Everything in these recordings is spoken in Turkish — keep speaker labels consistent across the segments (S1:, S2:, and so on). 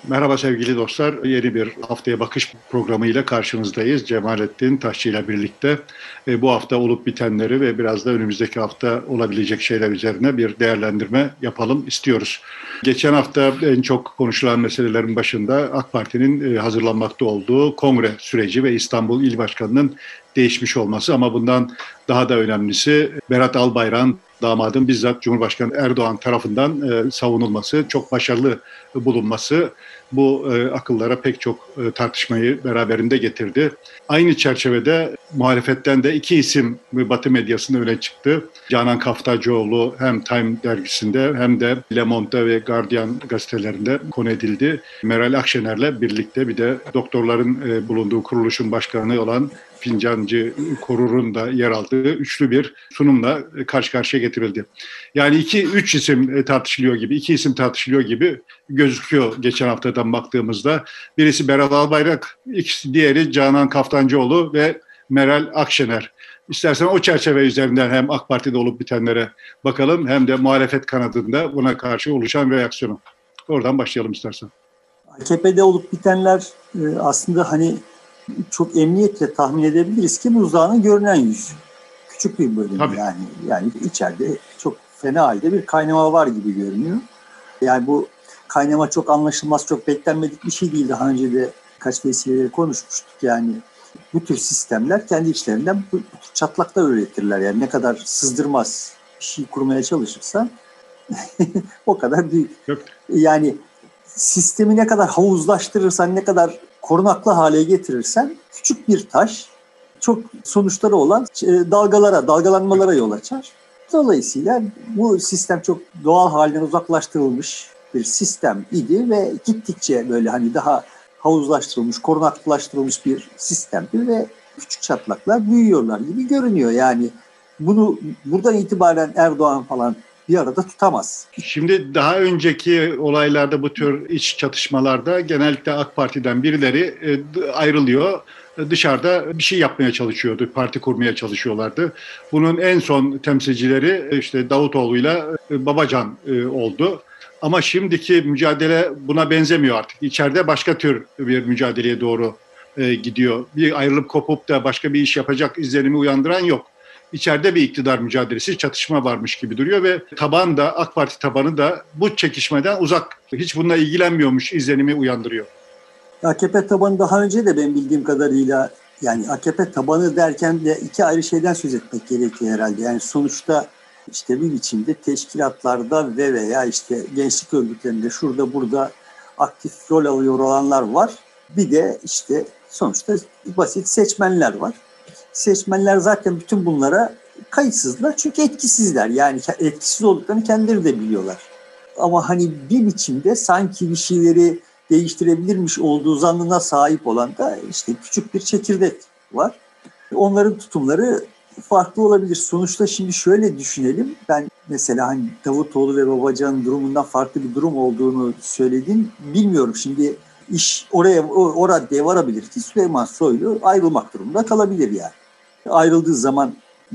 S1: Merhaba sevgili dostlar. Yeni bir Haftaya Bakış programıyla karşınızdayız. Cemalettin Taşçı ile birlikte bu hafta olup bitenleri ve biraz da önümüzdeki hafta olabilecek şeyler üzerine bir değerlendirme yapalım istiyoruz. Geçen hafta en çok konuşulan meselelerin başında AK Parti'nin hazırlanmakta olduğu kongre süreci ve İstanbul İl Başkanı'nın değişmiş olması, ama bundan daha da önemlisi Berat Albayrak'ın, damadın bizzat Cumhurbaşkanı Erdoğan tarafından savunulması, çok başarılı bulunması bu akıllara pek çok tartışmayı beraberinde getirdi. Aynı çerçevede muhalefetten de iki isim Batı medyasında öne çıktı. Canan Kaftacıoğlu hem Time dergisinde hem de Le Monde ve Guardian gazetelerinde konu edildi. Meral Akşener'le birlikte bir de doktorların bulunduğu kuruluşun başkanı olan Fincancı Korur'un da yer aldığı üçlü bir sunumla karşı karşıya getirildi. Yani üç isim tartışılıyor gibi, iki isim tartışılıyor gibi gözüküyor geçen haftadan baktığımızda. Birisi Berat Albayrak, diğeri Canan Kaftancıoğlu ve Meral Akşener. İstersen o çerçeve üzerinden hem AK Parti'de olup bitenlere bakalım hem de muhalefet kanadında buna karşı oluşan reaksiyonu. Oradan başlayalım istersen.
S2: AKP'de olup bitenler aslında çok emniyetle tahmin edebiliriz ki buzdağının görünen yüzü. Küçük bir bölüm.
S1: Tabii.
S2: Yani içeride çok fena halde bir kaynama var gibi görünüyor. Yani bu kaynama çok anlaşılmaz, çok beklenmedik bir şey değil. Daha önce de kaç vesileyle konuşmuştuk. Yani bu tür sistemler kendi içlerinden bu tür çatlaklar üretirler. Yani ne kadar sızdırmaz bir şey kurmaya çalışırsan o kadar büyük.
S1: Evet.
S2: Yani sistemi ne kadar havuzlaştırırsan, ne kadar korunaklı hale getirirsen küçük bir taş çok sonuçları olan dalgalanmalara yol açar. Dolayısıyla bu sistem çok doğal halinden uzaklaştırılmış bir sistem idi ve gittikçe böyle daha havuzlaştırılmış, korunaklılaştırılmış bir sistemdi ve küçük çatlaklar büyüyorlar gibi görünüyor. Yani bunu buradan itibaren Erdoğan falan bir arada tutamaz.
S1: Şimdi daha önceki olaylarda, bu tür iç çatışmalarda genellikle AK Parti'den birileri ayrılıyor. Dışarıda bir şey yapmaya çalışıyordu, parti kurmaya çalışıyorlardı. Bunun en son temsilcileri işte Davutoğlu'yla Babacan oldu. Ama şimdiki mücadele buna benzemiyor artık. İçeride başka tür bir mücadeleye doğru gidiyor. Bir ayrılıp kopup da başka bir iş yapacak izlenimi uyandıran yok. İçeride bir iktidar mücadelesi, çatışma varmış gibi duruyor ve taban da, AK Parti tabanı da bu çekişmeden uzak. Hiç bununla ilgilenmiyormuş izlenimi uyandırıyor.
S2: AKP tabanı daha önce de benim bildiğim kadarıyla, yani AKP tabanı derken de iki ayrı şeyden söz etmek gerekiyor herhalde. Yani sonuçta işte bir biçimde teşkilatlarda veya işte gençlik örgütlerinde şurada burada aktif rol alıyor olanlar var. Bir de işte sonuçta basit seçmenler var. Seçmenler zaten bütün bunlara kayıtsızlar çünkü etkisizler. Yani etkisiz olduklarını kendileri de biliyorlar. Ama bir biçimde sanki bir şeyleri değiştirebilirmiş olduğu zannına sahip olan da işte küçük bir çekirdek var. Onların tutumları farklı olabilir. Sonuçta şimdi şöyle düşünelim. Ben mesela Davutoğlu ve Babacan'ın durumundan farklı bir durum olduğunu söyledim. Bilmiyorum şimdi iş o raddeye varabilir ki Süleyman Soylu ayrılmak durumunda kalabilir yani. Ayrıldığı zaman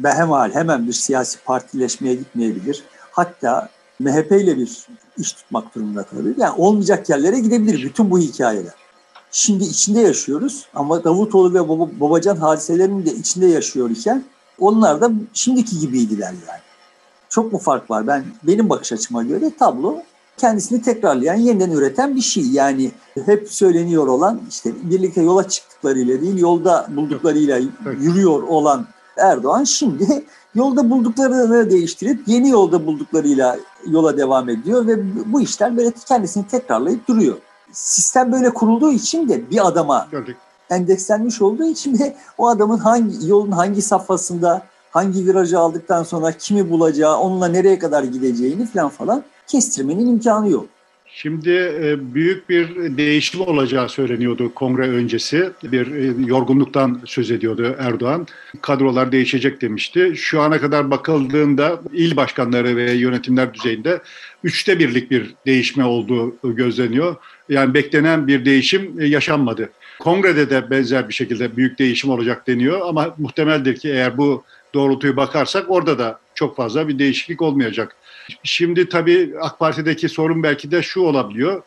S2: hemen bir siyasi partileşmeye gitmeyebilir. Hatta MHP ile bir iş tutmak durumunda kalabilir. Yani olmayacak yerlere gidebilir bütün bu hikayeler. Şimdi içinde yaşıyoruz ama Davutoğlu ve Babacan hadiselerinin de içinde yaşıyor iken onlar da şimdiki gibiydiler yani. Çok mu fark var? Benim bakış açıma göre tablo kendisini tekrarlayan, yeniden üreten bir şey. Yani hep söyleniyor olan işte birlikte yola çıktıklarıyla değil, yolda bulduklarıyla yürüyor olan Erdoğan şimdi yolda bulduklarını değiştirip yeni yolda bulduklarıyla yola devam ediyor ve bu işler böyle kendisini tekrarlayıp duruyor. Sistem böyle kurulduğu için de bir adama endekslenmiş olduğu için de o adamın yolun hangi safhasında, hangi virajı aldıktan sonra kimi bulacağı, onunla nereye kadar gideceğini falan kestirmenin imkanı yok.
S1: Şimdi büyük bir değişim olacağı söyleniyordu kongre öncesi. Bir yorgunluktan söz ediyordu Erdoğan. Kadrolar değişecek demişti. Şu ana kadar bakıldığında il başkanları ve yönetimler düzeyinde 1/3'lik bir değişme olduğu gözleniyor. Yani beklenen bir değişim yaşanmadı. Kongrede de benzer bir şekilde büyük değişim olacak deniyor ama muhtemeldir ki eğer bu doğrultuyu bakarsak orada da çok fazla bir değişiklik olmayacak. Şimdi tabii AK Parti'deki sorun belki de şu olabiliyor.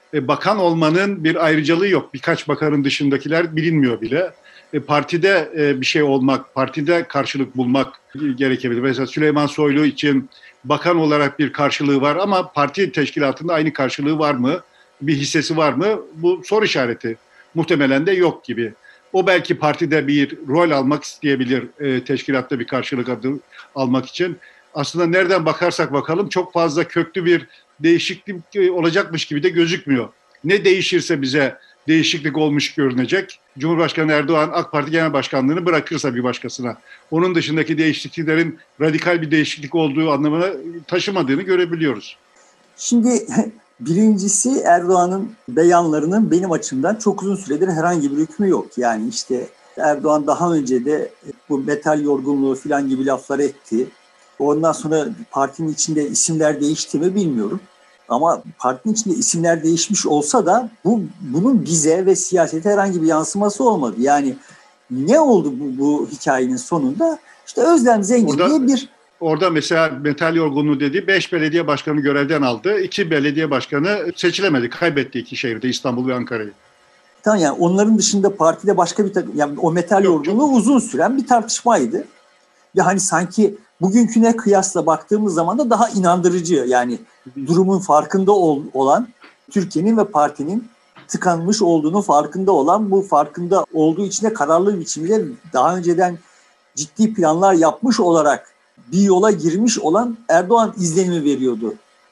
S1: bakan olmanın bir ayrıcalığı yok. Birkaç bakanın dışındakiler bilinmiyor bile. Partide bir şey olmak, partide karşılık bulmak gerekebilir. Mesela Süleyman Soylu için bakan olarak bir karşılığı var ama parti teşkilatında aynı karşılığı var mı? Bir hissesi var mı? Bu soru işareti. Muhtemelen de yok gibi. O belki partide bir rol almak isteyebilir, teşkilatta bir karşılık almak için. Aslında nereden bakarsak bakalım çok fazla köklü bir değişiklik olacakmış gibi de gözükmüyor. Ne değişirse bize değişiklik olmuş görünecek. Cumhurbaşkanı Erdoğan AK Parti Genel Başkanlığı'nı bırakırsa bir başkasına, onun dışındaki değişikliklerin radikal bir değişiklik olduğu anlamına taşımadığını görebiliyoruz.
S2: Şimdi birincisi, Erdoğan'ın beyanlarının benim açımdan çok uzun süredir herhangi bir hükmü yok. Yani işte Erdoğan daha önce de bu metal yorgunluğu falan gibi laflar etti. Ondan sonra partinin içinde isimler değişti mi bilmiyorum. Ama partinin içinde isimler değişmiş olsa da bunun bize ve siyasete herhangi bir yansıması olmadı. Yani ne oldu bu hikayenin sonunda? İşte Özlem Zengin diye bir...
S1: Orada mesela metal yorgunluğu dediği 5 belediye başkanı görevden aldı. 2 belediye başkanı seçilemedi. Kaybetti 2 şehirde, İstanbul ve Ankara'yı.
S2: Tamam, yani onların dışında partide başka bir takım, yani o metal yorgunluğu uzun süren bir tartışmaydı. Ve hani sanki bugünküne kıyasla baktığımız zaman da daha inandırıcı, yani durumun farkında olan, Türkiye'nin ve partinin tıkanmış olduğunu farkında olan, bu farkında olduğu için de kararlı biçimde daha önceden ciddi planlar yapmış olarak bir yola girmiş olan Erdoğan izlenimi veriyordu.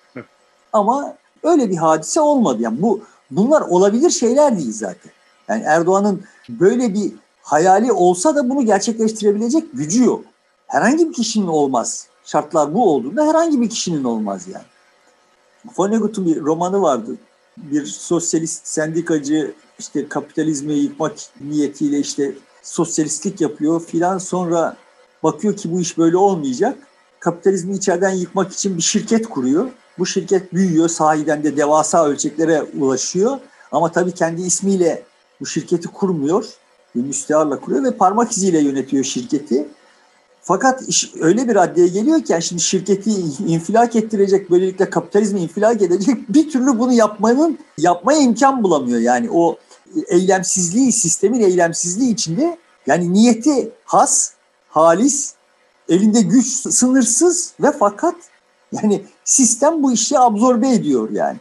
S2: Ama öyle bir hadise olmadı. Yani bunlar olabilir şeyler değil zaten. Yani Erdoğan'ın böyle bir hayali olsa da bunu gerçekleştirebilecek gücü yok. Herhangi bir kişinin olmaz. Şartlar bu olduğunda herhangi bir kişinin olmaz yani. Vonnegut'un bir romanı vardı. Bir sosyalist sendikacı işte kapitalizmi yıkmak niyetiyle işte sosyalistlik yapıyor filan, sonra bakıyor ki bu iş böyle olmayacak. Kapitalizmi içeriden yıkmak için bir şirket kuruyor. Bu şirket büyüyor, sahiden de devasa ölçeklere ulaşıyor. Ama tabii kendi ismiyle bu şirketi kurmuyor. Bir müsteharla kuruyor ve parmak iziyle yönetiyor şirketi. Fakat iş öyle bir raddeye geliyor ki yani şimdi şirketi infilak ettirecek, böylelikle kapitalizmi infilak edecek, bir türlü bunu yapmaya imkan bulamıyor. Yani o eylemsizliği, sistemin eylemsizliği içinde, yani niyeti has, halis, elinde güç sınırsız ve fakat yani sistem bu işi absorbe ediyor yani.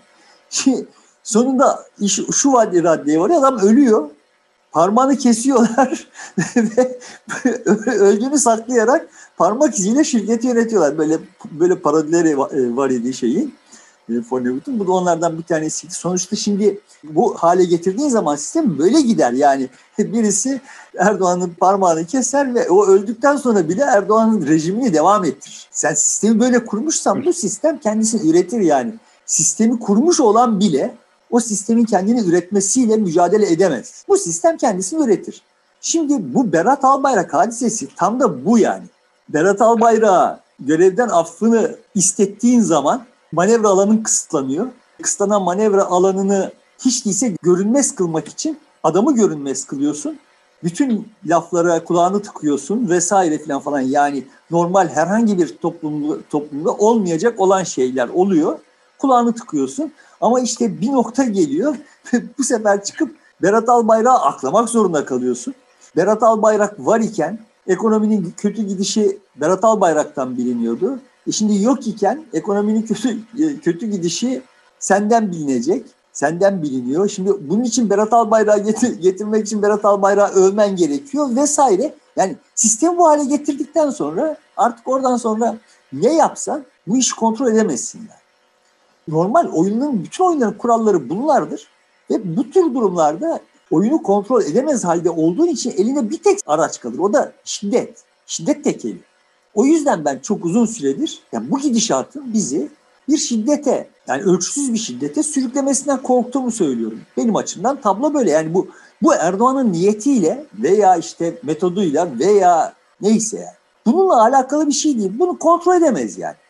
S2: Sonunda iş şu raddeye varıyor, adam ölüyor. Parmağını kesiyorlar ve öldüğünü saklayarak parmak iziyle şirketi yönetiyorlar. Böyle parodileri var idi şeyin. Vonnegut'un. Bu da onlardan bir tanesiydi. Sonuçta şimdi bu hale getirdiğin zaman sistem böyle gider. Yani birisi Erdoğan'ın parmağını keser ve o öldükten sonra bile Erdoğan'ın rejimini devam ettirir. Sen sistemi böyle kurmuşsan bu sistem kendisini üretir yani. Sistemi kurmuş olan bile o sistemin kendini üretmesiyle mücadele edemez. Bu sistem kendisini üretir. Şimdi bu Berat Albayrak hadisesi tam da bu yani. Berat Albayrak'a görevden affını istettiğin zaman manevra alanın kısıtlanıyor. Kısıtlanan manevra alanını hiç değilse görünmez kılmak için adamı görünmez kılıyorsun. Bütün laflara kulağını tıkıyorsun vesaire falan. Yani normal herhangi bir toplumda olmayacak olan şeyler oluyor. Kulağını tıkıyorsun. Ama işte bir nokta geliyor ve bu sefer çıkıp Berat Albayrak'ı aklamak zorunda kalıyorsun. Berat Albayrak var iken ekonominin kötü gidişi Berat Albayrak'tan biliniyordu. Şimdi yok iken ekonominin kötü gidişi senden bilinecek, senden biliniyor. Şimdi bunun için Berat Albayrak'ı getirmek için Berat Albayrak'ı övmen gerekiyor vesaire. Yani sistemi bu hale getirdikten sonra artık oradan sonra ne yapsan bu işi kontrol edemezsin yani. Normal bütün oyunların kuralları bunlardır ve bu tür durumlarda oyunu kontrol edemez halde olduğun için elinde bir tek araç kalır. O da şiddet. Şiddet tekeli. O yüzden ben çok uzun süredir yani bu gidişatın bizi bir şiddete, yani ölçüsüz bir şiddete sürüklemesinden korktuğumu söylüyorum. Benim açımdan tablo böyle. Yani bu Erdoğan'ın niyetiyle veya işte metoduyla veya neyse yani. Bununla alakalı bir şey değil. Bunu kontrol edemez yani.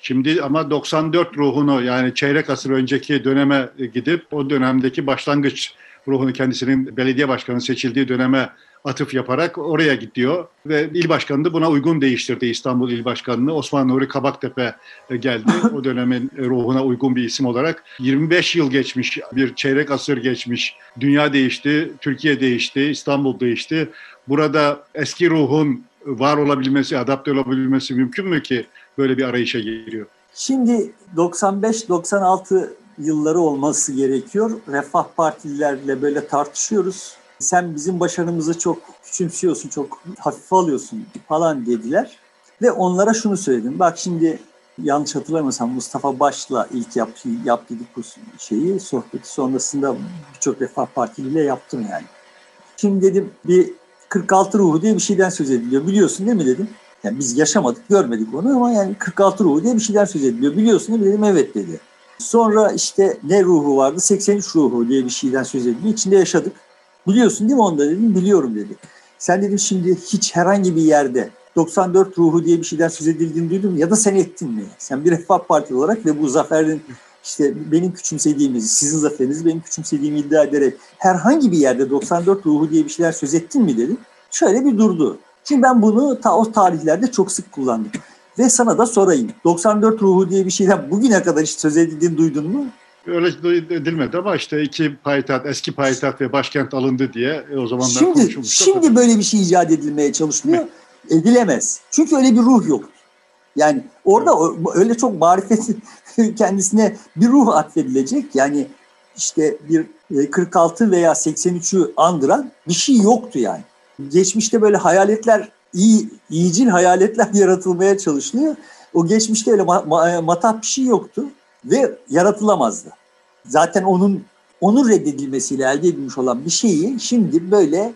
S1: Şimdi ama 94 ruhunu, yani çeyrek asır önceki döneme gidip o dönemdeki başlangıç ruhunu, kendisinin belediye başkanı seçildiği döneme atıf yaparak oraya gidiyor ve il başkanı da buna uygun değiştirdi. İstanbul İl Başkanı'nı Osman Nuri Kabaktepe geldi. O dönemin ruhuna uygun bir isim olarak. 25 yıl geçmiş, bir çeyrek asır geçmiş. Dünya değişti, Türkiye değişti, İstanbul değişti. Burada eski ruhun var olabilmesi, adapte olabilmesi mümkün mü ki böyle bir arayışa giriyor?
S2: Şimdi 95-96 yılları olması gerekiyor. Refah Partililerle böyle tartışıyoruz. Sen bizim başarımızı çok küçümsüyorsun, çok hafife alıyorsun falan dediler. Ve onlara şunu söyledim. Bak şimdi yanlış hatırlamıyorsam Mustafa Baş'la ilk yaptıydık bu sohbeti. Sonrasında birçok Refah Partiliyle yaptım yani. Şimdi dedim bir 46 ruhu diye bir şeyden söz ediliyor. Biliyorsun değil mi dedim. Yani biz yaşamadık, görmedik onu ama yani 46 ruhu diye bir şeyden söz ediliyor. Biliyorsun değil mi dedim. Evet dedi. Sonra işte ne ruhu vardı? 83 ruhu diye bir şeyden söz ediliyor. İçinde yaşadık. Biliyorsun değil mi onu da dedim. Biliyorum dedi. Sen dedim şimdi hiç herhangi bir yerde 94 ruhu diye bir şeyden söz edildiğini duydun ya da sen ettin mi? Sen bir Refah Partili olarak ve bu zaferin işte benim küçümsediğimizi, sizin zaferinizi benim küçümsediğimi iddia ederek herhangi bir yerde 94 ruhu diye bir şeyler söz ettin mi dedi. Şöyle bir durdu. Şimdi ben bunu o tarihlerde çok sık kullandım. Ve sana da sorayım. 94 ruhu diye bir şeyden bugüne kadar hiç söz edildiğini duydun mu?
S1: Öyle edilmedi ama işte iki payitaht, eski payitaht ve başkent alındı diye o zamanlar konuşulmuş.
S2: Şimdi böyle bir şey icat edilmeye çalışılıyor. Edilemez. Çünkü öyle bir ruh yok. Yani orada öyle çok marifet kendisine bir ruh atfedilecek. Yani işte bir 46 veya 83'ü andıran bir şey yoktu yani. Geçmişte böyle hayaletler, iyicil hayaletler yaratılmaya çalışılıyor. O geçmişte öyle matah bir şey yoktu ve yaratılamazdı. Zaten onun reddedilmesiyle elde edilmiş olan bir şeyi şimdi böyle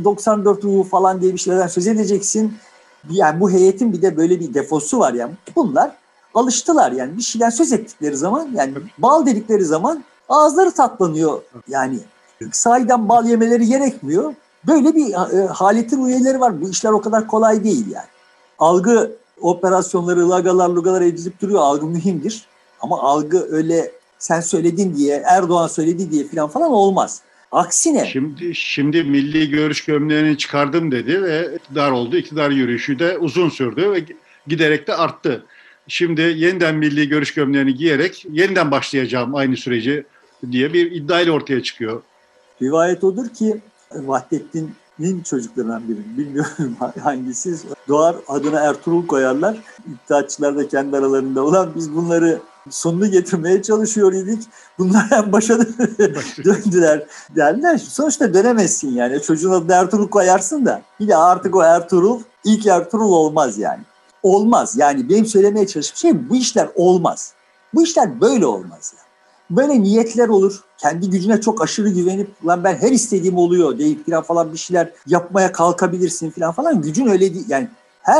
S2: 94 ruhu falan diye bir şeylerden söz edeceksin. Yani bu heyetin bir de böyle bir defosu var yani. Bunlar alıştılar yani bir şeyden söz ettikleri zaman yani bal dedikleri zaman ağızları tatlanıyor. Yani sahiden bal yemeleri gerekmiyor. Böyle bir haletin üyeleri var. Bu işler o kadar kolay değil yani. Algı operasyonları, lagalar, lugalar edilip duruyor. Algı mühimdir. Ama algı öyle sen söyledin diye, Erdoğan söyledi diye falan olmaz. Aksine.
S1: Şimdi milli görüş gömleğini çıkardım dedi ve iktidar oldu. İktidar yürüyüşü de uzun sürdü ve giderek de arttı. Şimdi yeniden milli görüş gömleğini giyerek yeniden başlayacağım aynı süreci diye bir iddiayla ortaya çıkıyor.
S2: Rivayet odur ki Vahdettin'in çocuklarından biri, bilmiyorum hangisi, doğar adına Ertuğrul koyarlar. İttihatçılar da kendi aralarında olan biz bunları sonunu getirmeye çalışıyor idik. Bunlar en başa döndüler derler. Sonuçta dönemezsin yani. Çocuğun adını Ertuğrul koyarsın da bir de artık o Ertuğrul ilk Ertuğrul olmaz yani. Olmaz yani benim söylemeye çalıştığım şey bu işler olmaz. Bu işler böyle olmaz yani. Böyle niyetler olur. Kendi gücüne çok aşırı güvenip lan ben her istediğim oluyor deyip falan bir şeyler yapmaya kalkabilirsin falan. Gücün öyle değil. Yani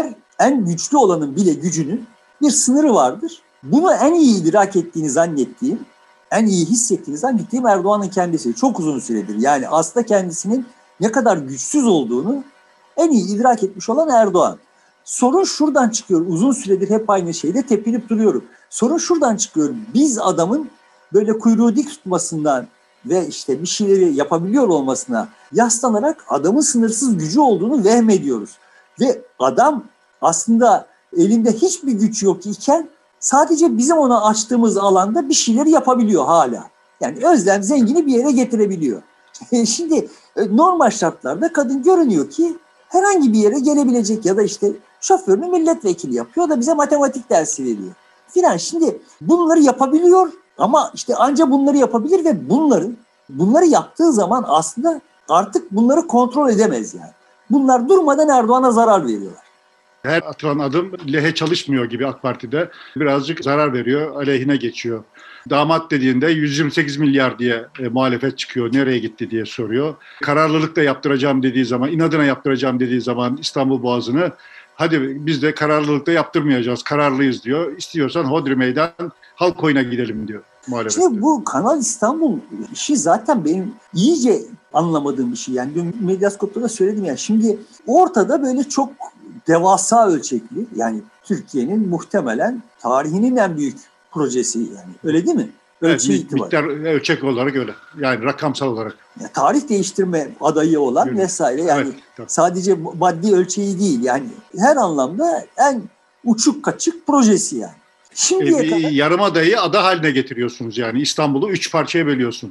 S2: en güçlü olanın bile gücünün bir sınırı vardır. Bunu en iyi idrak ettiğini zannettiğim, en iyi hissettiğini zannettiğim Erdoğan'ın kendisi. Çok uzun süredir. Yani aslında kendisinin ne kadar güçsüz olduğunu en iyi idrak etmiş olan Erdoğan. Sorun şuradan çıkıyor. Uzun süredir hep aynı şeyde tepinip duruyorum. Sorun şuradan çıkıyor. Biz adamın böyle kuyruğu dik tutmasından ve işte bir şeyleri yapabiliyor olmasına yaslanarak adamın sınırsız gücü olduğunu vehmediyoruz. Ve adam aslında elinde hiçbir güç yok iken sadece bizim ona açtığımız alanda bir şeyleri yapabiliyor hala. Yani Özlem Zengin'i bir yere getirebiliyor. Şimdi normal şartlarda kadın görünüyor ki herhangi bir yere gelebilecek ya da işte şoförünü milletvekili yapıyor da bize matematik dersi veriyor filan. Şimdi bunları yapabiliyor ama işte anca bunları yapabilir ve bunları yaptığı zaman aslında artık bunları kontrol edemez yani. Bunlar durmadan Erdoğan'a zarar veriyorlar.
S1: Her atılan adım lehe çalışmıyor gibi AK Parti'de. Birazcık zarar veriyor, aleyhine geçiyor. Damat dediğinde 128 milyar diye muhalefet çıkıyor. Nereye gitti diye soruyor. Kararlılıkla yaptıracağım dediği zaman, inadına yaptıracağım dediği zaman İstanbul Boğazı'nı hadi biz de kararlılıkla yaptırmayacağız, kararlıyız diyor. İstiyorsan hodri meydan halk oyuna gidelim diyor muhalefet.
S2: Şimdi bu Kanal İstanbul işi zaten benim iyice anlamadığım bir şey. Yani dün Medyaskop'ta da söyledim ya. Şimdi ortada böyle çok devasa ölçekli, yani Türkiye'nin muhtemelen tarihinin en büyük projesi, yani öyle değil mi? Ölçeği
S1: Evet, miktar ölçek olarak öyle. Yani rakamsal olarak.
S2: Ya, tarih değiştirme adayı olan
S1: Öyle.
S2: vesaire, yani
S1: Evet,
S2: sadece maddi ölçeği değil, yani her anlamda en uçuk kaçık projesi yani. Şimdiye
S1: Bir
S2: kadar
S1: yarımadayı ada haline getiriyorsunuz yani. İstanbul'u 3 parçaya bölüyorsun.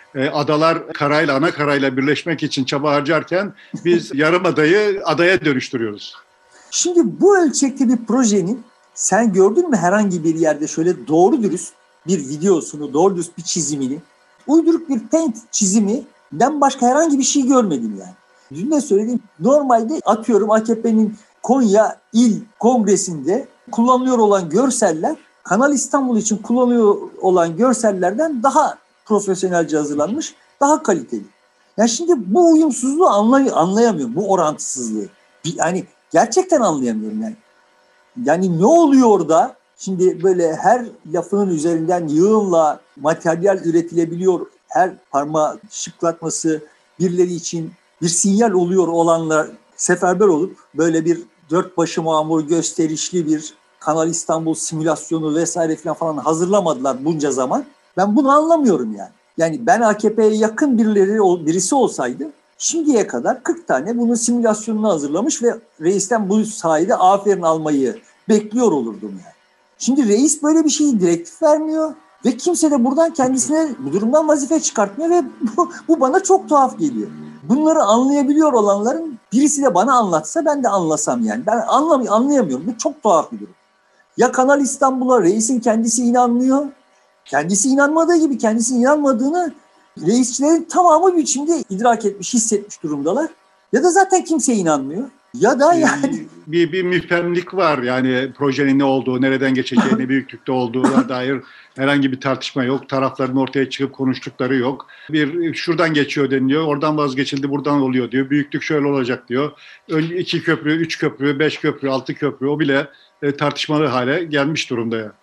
S1: Adalar karayla, ana karayla birleşmek için çaba harcarken biz yarımadayı adaya dönüştürüyoruz.
S2: Şimdi bu ölçekte bir projenin sen gördün mü herhangi bir yerde şöyle doğru dürüst bir videosunu, doğru dürüst bir çizimini, uyduruk bir paint çiziminden başka herhangi bir şey görmedim yani. Dün de söyledim, normalde atıyorum AKP'nin Konya İl Kongresi'nde kullanılıyor olan görseller, Kanal İstanbul için kullanılıyor olan görsellerden daha profesyonelce hazırlanmış, daha kaliteli. Yani şimdi bu uyumsuzluğu anlayamıyorum, bu orantısızlığı. Yani gerçekten anlayamıyorum yani. Yani ne oluyor orada? Şimdi böyle her lafının üzerinden yığınla materyal üretilebiliyor. Her parmağı şıklatması birileri için bir sinyal oluyor olanlar seferber olup böyle bir dört başı mamur gösterişli bir Kanal İstanbul simülasyonu vesaire falan hazırlamadılar bunca zaman. Ben bunu anlamıyorum yani. Yani ben AKP'ye yakın birisi olsaydı şimdiye kadar 40 tane bunun simülasyonunu hazırlamış ve reisten bu sayede aferin almayı bekliyor olurdum yani. Şimdi reis böyle bir şeyi direktif vermiyor ve kimse de buradan kendisine bu durumdan vazife çıkartmıyor ve bu bana çok tuhaf geliyor. Bunları anlayabiliyor olanların birisi de bana anlatsa ben de anlasam yani. Ben anlayamıyorum. Bu çok tuhaf bir durum. Ya Kanal İstanbul'a reisin kendisi inanmıyor. Kendisi inanmadığı gibi kendisi inanmadığını reisçilerin tamamı biçimde idrak etmiş, hissetmiş durumdalar. Ya da zaten kimse inanmıyor. Ya da yani
S1: bir müphemlik var. Yani projenin ne olduğu, nereden geçeceği, ne büyüklükte olduğuna dair herhangi bir tartışma yok. Tarafların ortaya çıkıp konuştukları yok. Bir şuradan geçiyor deniliyor, oradan vazgeçildi, buradan oluyor diyor. Büyüklük şöyle olacak diyor. 2 köprü, 3 köprü, 5 köprü, 6 köprü o bile tartışmalı hale gelmiş durumda ya.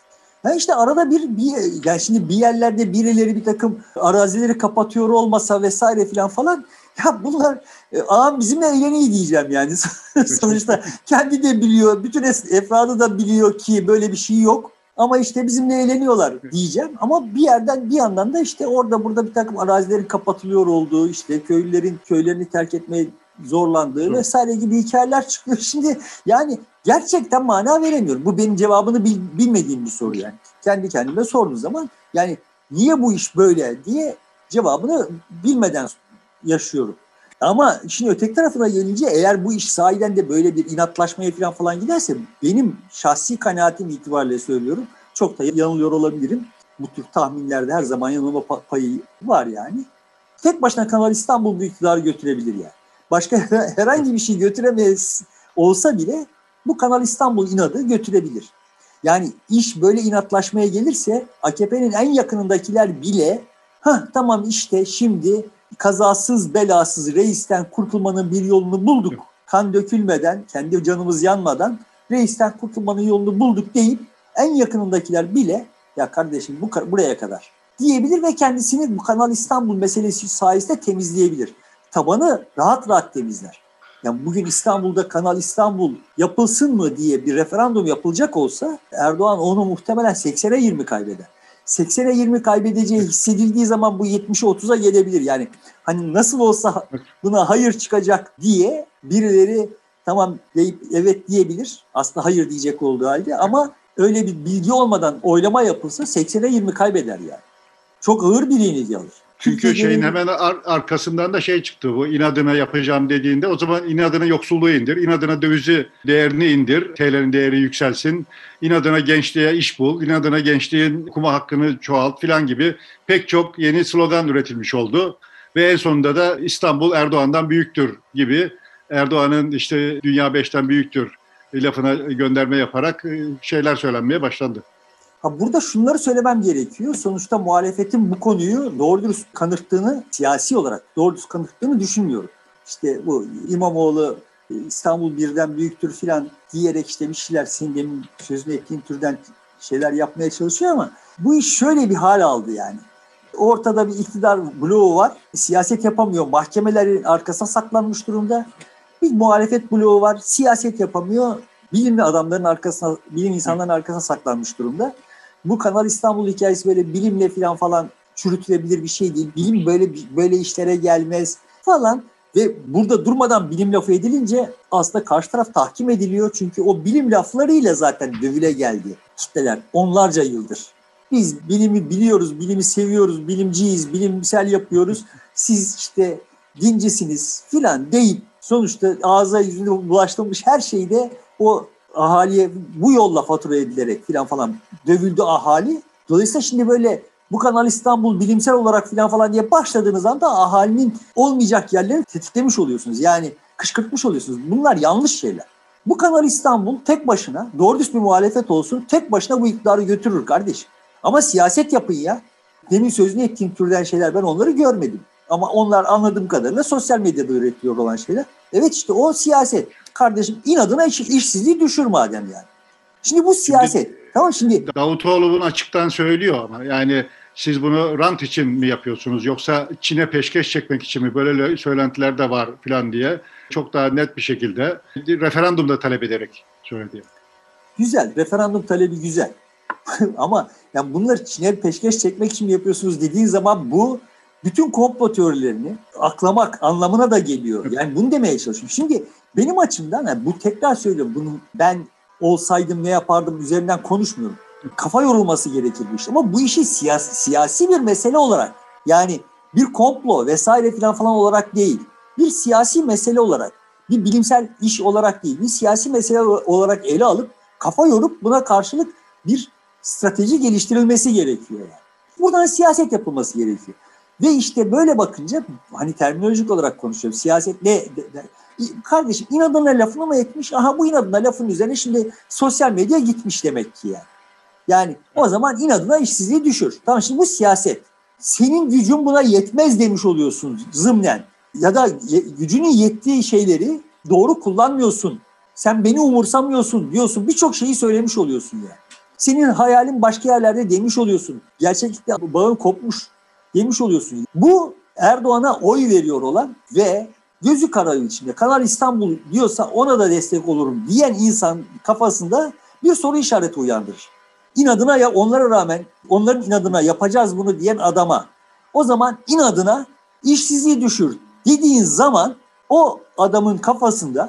S2: ha işte arada yani şimdi bir yerlerde birileri bir takım arazileri kapatıyor olmasa vesaire falan ya bunlar ağam bizimle eğleniyor diyeceğim yani. Sonuçta kendi de biliyor, bütün efradı da biliyor ki böyle bir şey yok. Ama işte bizimle eğleniyorlar diyeceğim. Ama bir yandan da işte orada burada bir takım arazilerin kapatılıyor olduğu, işte köylerini terk etmeye zorlandığı vesaire gibi hikayeler çıkıyor. Şimdi yani gerçekten mana veremiyorum. Bu benim cevabını bilmediğim bir soru yani. Kendi kendime sorduğum zaman yani niye bu iş böyle diye cevabını bilmeden yaşıyorum. Ama şimdi öteki tarafına gelince eğer bu iş sahiden de böyle bir inatlaşmaya falan giderse benim şahsi kanaatim itibariyle söylüyorum. Çok da yanılıyor olabilirim. Bu tür tahminlerde her zaman yanılma payı var yani. Tek başına Kanal İstanbul bu iktidarı götürebilir yani. Başka herhangi bir şey götüremez olsa bile bu Kanal İstanbul inadı götürebilir. Yani iş böyle inatlaşmaya gelirse AKP'nin en yakınındakiler bile tamam işte şimdi kazasız belasız reisten kurtulmanın bir yolunu bulduk. Kan dökülmeden, kendi canımız yanmadan reisten kurtulmanın yolunu bulduk deyip en yakınındakiler bile ya kardeşim buraya kadar diyebilir ve kendisini bu Kanal İstanbul meselesi sayesinde temizleyebilir. Tabanı rahat rahat temizler. Yani bugün İstanbul'da Kanal İstanbul yapılsın mı diye bir referandum yapılacak olsa Erdoğan onu muhtemelen 80'e 20 kaybeder. 80'e 20 kaybedeceği hissedildiği zaman bu 70'e 30'a gelebilir. Yani hani nasıl olsa buna hayır çıkacak diye birileri tamam deyip evet diyebilir. Aslında hayır diyecek olduğu halde ama öyle bir bilgi olmadan oylama yapılsa 80'e 20 kaybeder yani. Çok ağır bir yenilgi alır.
S1: Çünkü şeyin hemen arkasından da şey çıktı, bu inadına yapacağım dediğinde o zaman inadına yoksulluğu indir, inadına dövizi değerini indir, TL'nin değeri yükselsin, inadına gençliğe iş bul, inadına gençliğin okuma hakkını çoğalt filan gibi pek çok yeni slogan üretilmiş oldu. Ve en sonunda da İstanbul Erdoğan'dan büyüktür gibi, Erdoğan'ın işte dünya beşten büyüktür lafına gönderme yaparak şeyler söylenmeye başlandı.
S2: Burada şunları söylemem gerekiyor. Sonuçta muhalefetin bu konuyu doğru dürüst kanıttığını, siyasi olarak doğru dürüst kanıttığını düşünmüyorum. İşte bu İmamoğlu İstanbul birden büyüktür filan diyerek işte bir şeyler senin demin sözünü ettiğin türden şeyler yapmaya çalışıyor ama bu iş şöyle bir hal aldı yani. Ortada bir iktidar bloğu var. Siyaset yapamıyor. Mahkemelerin arkasına saklanmış durumda. Bir muhalefet bloğu var, siyaset yapamıyor. Bilim insanların arkasına saklanmış durumda. Bu Kanal İstanbul hikayesi böyle bilimle falan çürütülebilir bir şey değil. Bilim böyle işlere gelmez falan. Ve burada durmadan bilim lafı edilince aslında karşı taraf tahkim ediliyor. Çünkü o bilim laflarıyla zaten dövüle geldi kitleler onlarca yıldır. Biz bilimi biliyoruz, bilimi seviyoruz, bilimciyiz, bilimsel yapıyoruz. Siz işte dincisiniz filan deyip sonuçta ağza yüzüne bulaştırmış her şeyde o ahaliye bu yolla fatura edilerek falan dövüldü ahali. Dolayısıyla şimdi böyle bu Kanal İstanbul bilimsel olarak falan diye başladığınız anda ahalinin olmayacak yerleri tetiklemiş oluyorsunuz. Yani kışkırtmış oluyorsunuz. Bunlar yanlış şeyler. Bu Kanal İstanbul tek başına doğru düz bir muhalefet olsun tek başına bu iktidarı götürür kardeşim. Ama siyaset yapın ya. Demin sözünü ettiğim türden şeyler ben onları görmedim. Ama onlar anladığım kadarıyla sosyal medyada üretiliyor olan şeyler. Evet işte o siyaset. Kardeşim inadına işsizliği düşür madem yani. Şimdi bu siyaset. Tamam şimdi.
S1: Davutoğlu bunu açıktan söylüyor ama yani siz bunu rant için mi yapıyorsunuz yoksa Çin'e peşkeş çekmek için mi? Böyle söylentiler de var falan diye çok daha net bir şekilde referandumda talep ederek söyledi.
S2: Güzel. Referandum talebi güzel. Ama yani bunları Çin'e peşkeş çekmek için mi yapıyorsunuz dediğin zaman bu bütün komplo teorilerini aklamak anlamına da geliyor. Yani bunu demeye çalışıyorum. Şimdi benim açımdan yani bu tekrar söylüyorum. Bunu ben olsaydım ne yapardım üzerinden konuşmuyorum. Kafa yorulması gerekir bu iş. Ama bu işi siyasi bir mesele olarak yani bir komplo vesaire falan olarak değil. Bir siyasi mesele olarak, bir bilimsel iş olarak değil. Bir siyasi mesele olarak ele alıp kafa yorup buna karşılık bir strateji geliştirilmesi gerekiyor yani. Buradan siyaset yapılması gerekiyor. Ve işte böyle bakınca hani terminolojik olarak konuşuyorum. Siyaset ne? Kardeşim inadına lafına mı etmiş? Aha bu inadına lafın üzerine şimdi sosyal medya gitmiş demek ki yani. Yani o zaman inadına işsizliği düşür. Tamam şimdi bu siyaset. Senin gücün buna yetmez demiş oluyorsun zımnen. Ya da gücünün yettiği şeyleri doğru kullanmıyorsun. Sen beni umursamıyorsun diyorsun. Birçok şeyi söylemiş oluyorsun yani. Senin hayalin başka yerlerde demiş oluyorsun. Gerçeklikle bağın kopmuş demiş oluyorsun. Bu Erdoğan'a oy veriyor olan ve gözü kararı içinde Kanal İstanbul diyorsa ona da destek olurum diyen insan kafasında bir soru işareti uyandırır. İnadına ya onlara rağmen onların inadına yapacağız bunu diyen adama o zaman inadına işsizliği düşür dediğin zaman o adamın kafasında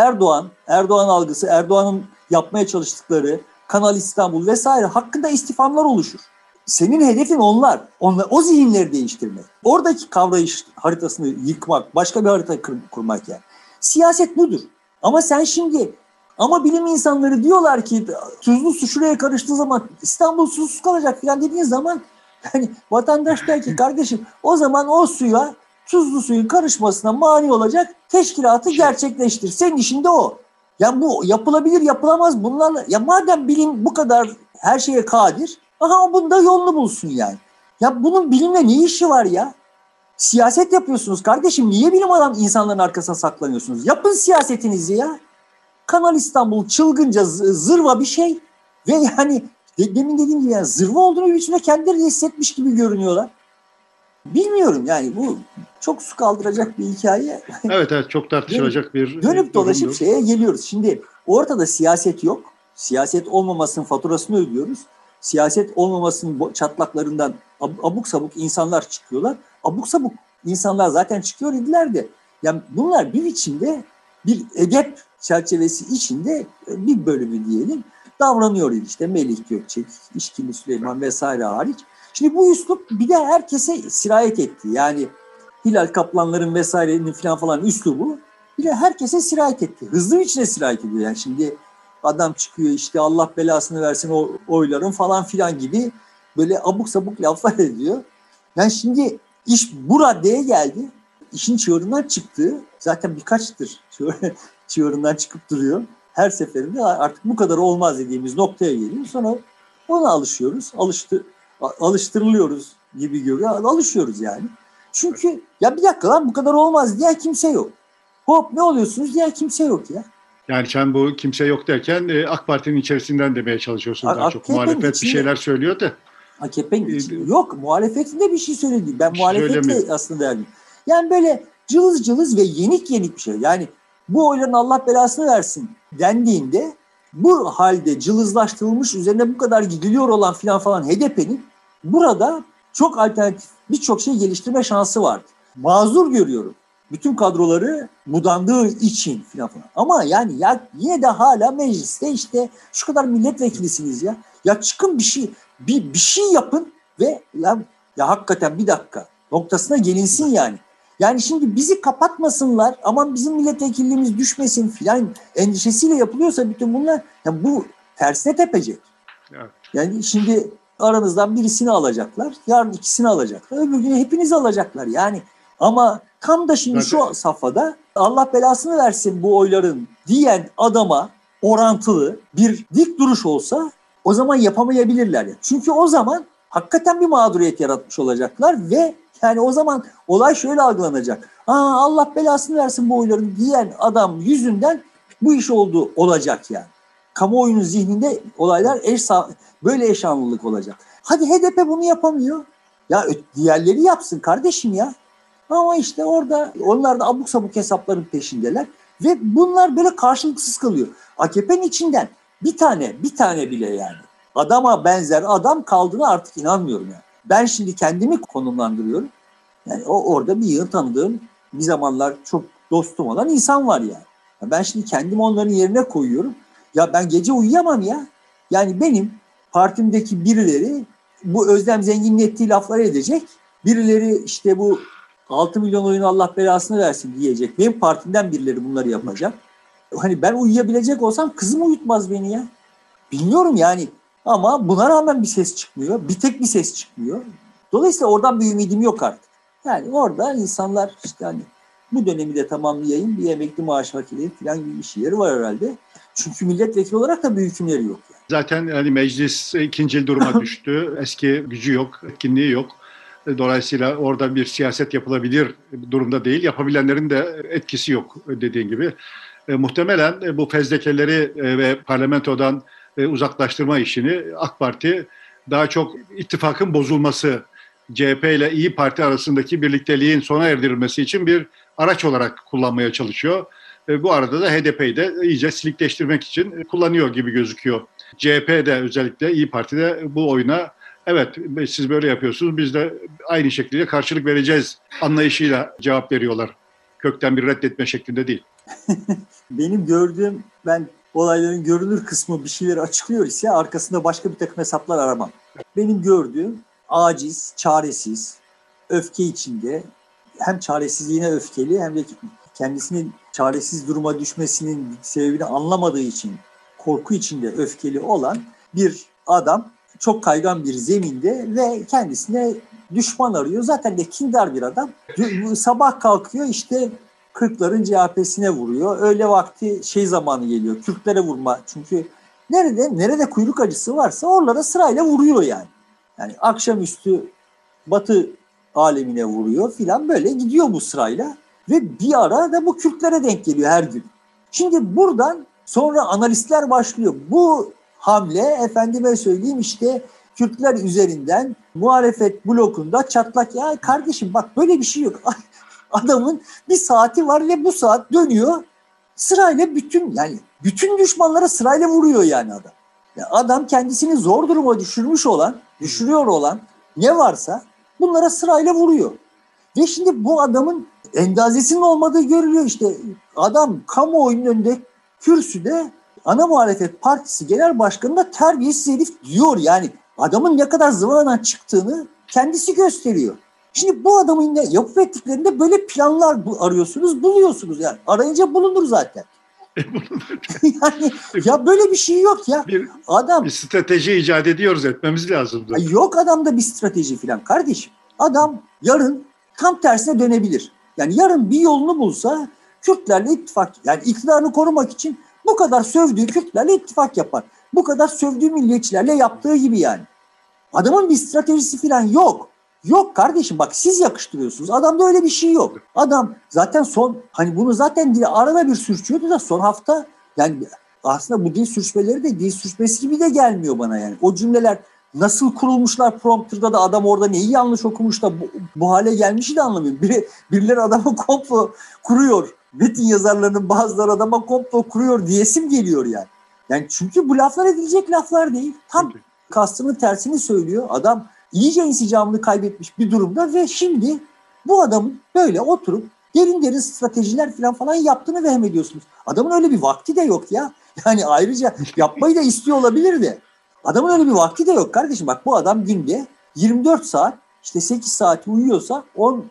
S2: Erdoğan algısı, Erdoğan'ın yapmaya çalıştıkları Kanal İstanbul vesaire hakkında istifamlar oluşur. Senin hedefin onlar o zihinleri değiştirmek. Oradaki kavrayış haritasını yıkmak, başka bir harita kurmak yani. Siyaset budur. Ama sen şimdi bilim insanları diyorlar ki tuzlu su şuraya karıştığı zaman İstanbul susuz kalacak falan dediğin zaman yani vatandaş der ki kardeşim o zaman o suya tuzlu suyun karışmasına mani olacak teşkilatı gerçekleştir. Senin işin de o. Ya bu yapılabilir yapılamaz bunlarla. Ya madem bilim bu kadar her şeye kadir bunda yolunu bulsun yani. Ya bunun bilimle ne işi var ya? Siyaset yapıyorsunuz kardeşim. Niye bilim adam insanların arkasına saklanıyorsunuz? Yapın siyasetinizi ya. Kanal İstanbul çılgınca zırva bir şey. Ve yani demin dediğim gibi yani zırva olduğunu bir biçimde kendileri hissetmiş gibi görünüyorlar. Bilmiyorum yani bu çok su kaldıracak bir hikaye.
S1: Evet çok tartışılacak bir
S2: dönüp dolaşıp şeye geliyoruz. Şimdi ortada siyaset yok. Siyaset olmamasının faturasını ödüyoruz. Siyaset olmamasının çatlaklarından abuk sabuk insanlar çıkıyorlar. Abuk sabuk insanlar zaten çıkıyor idiler de. Yani bunlar bir biçimde bir edep çerçevesi içinde bir bölümü diyelim davranıyor işte Melih Gökçek, İşkili Süleyman vesaire hariç. Şimdi bu üslup bir de herkese sirayet etti. Yani Hilal Kaplanların vesairenin falan üslubu bir de herkese sirayet etti. Hızlı bir içine sirayet ediyor. Yani şimdi adam çıkıyor işte Allah belasını versin o oyların falan filan gibi böyle abuk sabuk laflar ediyor. Yani şimdi iş bu raddeye geldi. İşin çığırından çıktığı zaten birkaçtır çığırından çıkıp duruyor. Her seferinde artık bu kadar olmaz dediğimiz noktaya geliyor. Sonra ona alışıyoruz. Alıştırılıyoruz gibi görüyor. Alışıyoruz yani. Çünkü ya bir dakika lan bu kadar olmaz diye kimse yok. Hop ne oluyorsunuz diye kimse yok ya.
S1: Yani sen bu kimse yok derken AK Parti'nin içerisinden demeye çalışıyorsun daha çok. Muhalefet içinde, bir şeyler söylüyor da.
S2: AKP'nin içinde. Yok muhalefetinde bir şey söyledi. Ben muhalefetle aslında derdim. Yani böyle cılız cılız ve yenik bir şey. Yani bu oyların Allah belasını versin dendiğinde bu halde cılızlaştırılmış üzerine bu kadar gidiliyor olan filan falan HDP'nin burada çok alternatif birçok şey geliştirme şansı vardı. Mazur görüyorum. Bütün kadroları budandığı için filan falan. Ama yani ya yine de hala mecliste işte şu kadar milletvekilisiniz ya. Ya çıkın bir şey yapın ve ya hakikaten bir dakika noktasına gelinsin yani. Yani şimdi bizi kapatmasınlar, aman bizim milletvekilliğimiz düşmesin filan endişesiyle yapılıyorsa bütün bunlar ya bu tersine tepecek. Evet. Yani şimdi aranızdan birisini alacaklar, yarın ikisini alacaklar, öbür gün hepinizi alacaklar yani. Ama tam da şimdi şu safhada Allah belasını versin bu oyların diyen adama orantılı bir dik duruş olsa o zaman yapamayabilirler. Yani. Çünkü o zaman hakikaten bir mağduriyet yaratmış olacaklar ve yani o zaman olay şöyle algılanacak. Allah belasını versin bu oyların diyen adam yüzünden bu iş olacak yani. Kamuoyunun zihninde olaylar böyle eşanlılık olacak. Hadi HDP bunu yapamıyor. Ya diğerleri yapsın kardeşim ya. Ama işte orada onlar da abuk sabuk hesapların peşindeler ve bunlar böyle karşılıksız kalıyor. AKP'nin içinden bir tane bile yani adama benzer adam kaldığına artık inanmıyorum yani. Ben şimdi kendimi konumlandırıyorum. Yani orada bir yıl tanıdığım, bir zamanlar çok dostum olan insan var yani. Ben şimdi kendimi onların yerine koyuyorum. Ya ben gece uyuyamam ya. Yani benim partimdeki birileri bu Özlem Zengin'in ettiği lafları edecek. Birileri işte bu 6 milyon oyunu Allah belasını versin diyecek. Benim partimden birileri bunları yapacak. Hani ben uyuyabilecek olsam kızım uyutmaz beni ya. Bilmiyorum yani. Ama buna rağmen bir ses çıkmıyor. Bir tek bir ses çıkmıyor. Dolayısıyla oradan bir ümidim yok artık. Yani orada insanlar işte hani bu dönemi de tamamlayayım, bir emekli maaşı hak edeyim falan gibi bir şeyleri var herhalde. Çünkü milletvekili olarak da bir hükümleri yok. Yani.
S1: Zaten hani meclis ikincil duruma düştü. Eski gücü yok, etkinliği yok. Dolayısıyla orada bir siyaset yapılabilir durumda değil. Yapabilenlerin de etkisi yok dediğin gibi. Muhtemelen bu fezlekeleri ve parlamentodan uzaklaştırma işini AK Parti daha çok ittifakın bozulması, CHP ile İYİ Parti arasındaki birlikteliğin sona erdirilmesi için bir araç olarak kullanmaya çalışıyor. Bu arada da HDP'yi de iyice silikleştirmek için kullanıyor gibi gözüküyor. CHP de özellikle İYİ Parti de bu oyuna evet siz böyle yapıyorsunuz biz de aynı şekilde karşılık vereceğiz anlayışıyla cevap veriyorlar. Kökten bir reddetme şeklinde değil.
S2: Benim gördüğüm ben olayların görünür kısmı bir şeyleri açıklıyor ise arkasında başka bir takım hesaplar aramam. Benim gördüğüm aciz, çaresiz, öfke içinde hem çaresizliğine öfkeli hem de kendisinin çaresiz duruma düşmesinin sebebini anlamadığı için korku içinde öfkeli olan bir adam çok kaygan bir zeminde ve kendisine düşman arıyor. Zaten de kindar bir adam. Sabah kalkıyor işte Kırkların CHP'sine vuruyor. Öğle vakti zamanı geliyor. Kürtlere vurma. Çünkü nerede kuyruk acısı varsa oralara sırayla vuruyor yani. Yani akşamüstü Batı alemine vuruyor filan böyle gidiyor bu sırayla. Ve bir ara da bu Kürtlere denk geliyor her gün. Şimdi buradan sonra analistler başlıyor. Bu hamle efendime söyleyeyim işte Kürtler üzerinden muhalefet blokunda çatlak. Ya kardeşim bak böyle bir şey yok. Adamın bir saati var ve bu saat dönüyor. Sırayla bütün düşmanlara sırayla vuruyor yani adam. Yani adam kendisini zor duruma düşürüyor olan ne varsa bunlara sırayla vuruyor. Ve şimdi bu adamın endazesinin olmadığı görülüyor işte. Adam kamuoyunun önünde kürsüde ana muhalefet partisi genel başkanı da terbiyesiz herif diyor yani. Adamın ne kadar zıvanadan çıktığını kendisi gösteriyor. Şimdi bu adamın yapıp ettiklerinde böyle planlar arıyorsunuz, buluyorsunuz yani. Arayınca bulunur zaten. Yani ya böyle bir şey yok ya.
S1: Bir strateji icat ediyoruz, etmemiz lazım.
S2: Yok adamda bir strateji falan kardeşim. Adam yarın tam tersine dönebilir. Yani yarın bir yolunu bulsa Kürtlerle ittifak, yani iktidarını korumak için bu kadar sövdüğü Kürtlerle ittifak yapar. Bu kadar sövdüğü milliyetçilerle yaptığı gibi yani. Adamın bir stratejisi falan yok. Yok kardeşim bak siz yakıştırıyorsunuz. Adamda öyle bir şey yok. Adam zaten bunu zaten dili arada bir sürçüyordu da son hafta yani aslında bu dil sürçmeleri de dil sürçmesi gibi de gelmiyor bana yani. O cümleler nasıl kurulmuşlar prompterda da adam orada neyi yanlış okumuş da bu hale gelmişi de anlamıyorum. Birileri adamı komplo kuruyor metin yazarlarının bazıları adama komplo kuruyor diyesim geliyor yani. Yani çünkü bu laflar edilecek laflar değil. Tam kastının tersini söylüyor. Adam iyice insicamını kaybetmiş bir durumda ve şimdi bu adamın böyle oturup derin derin stratejiler falan yaptığını vehmediyorsunuz. Adamın öyle bir vakti de yok ya. Yani ayrıca yapmayı da istiyor olabilir de. Adamın öyle bir vakti de yok kardeşim. Bak bu adam günde 24 saat, işte 8 saat uyuyorsa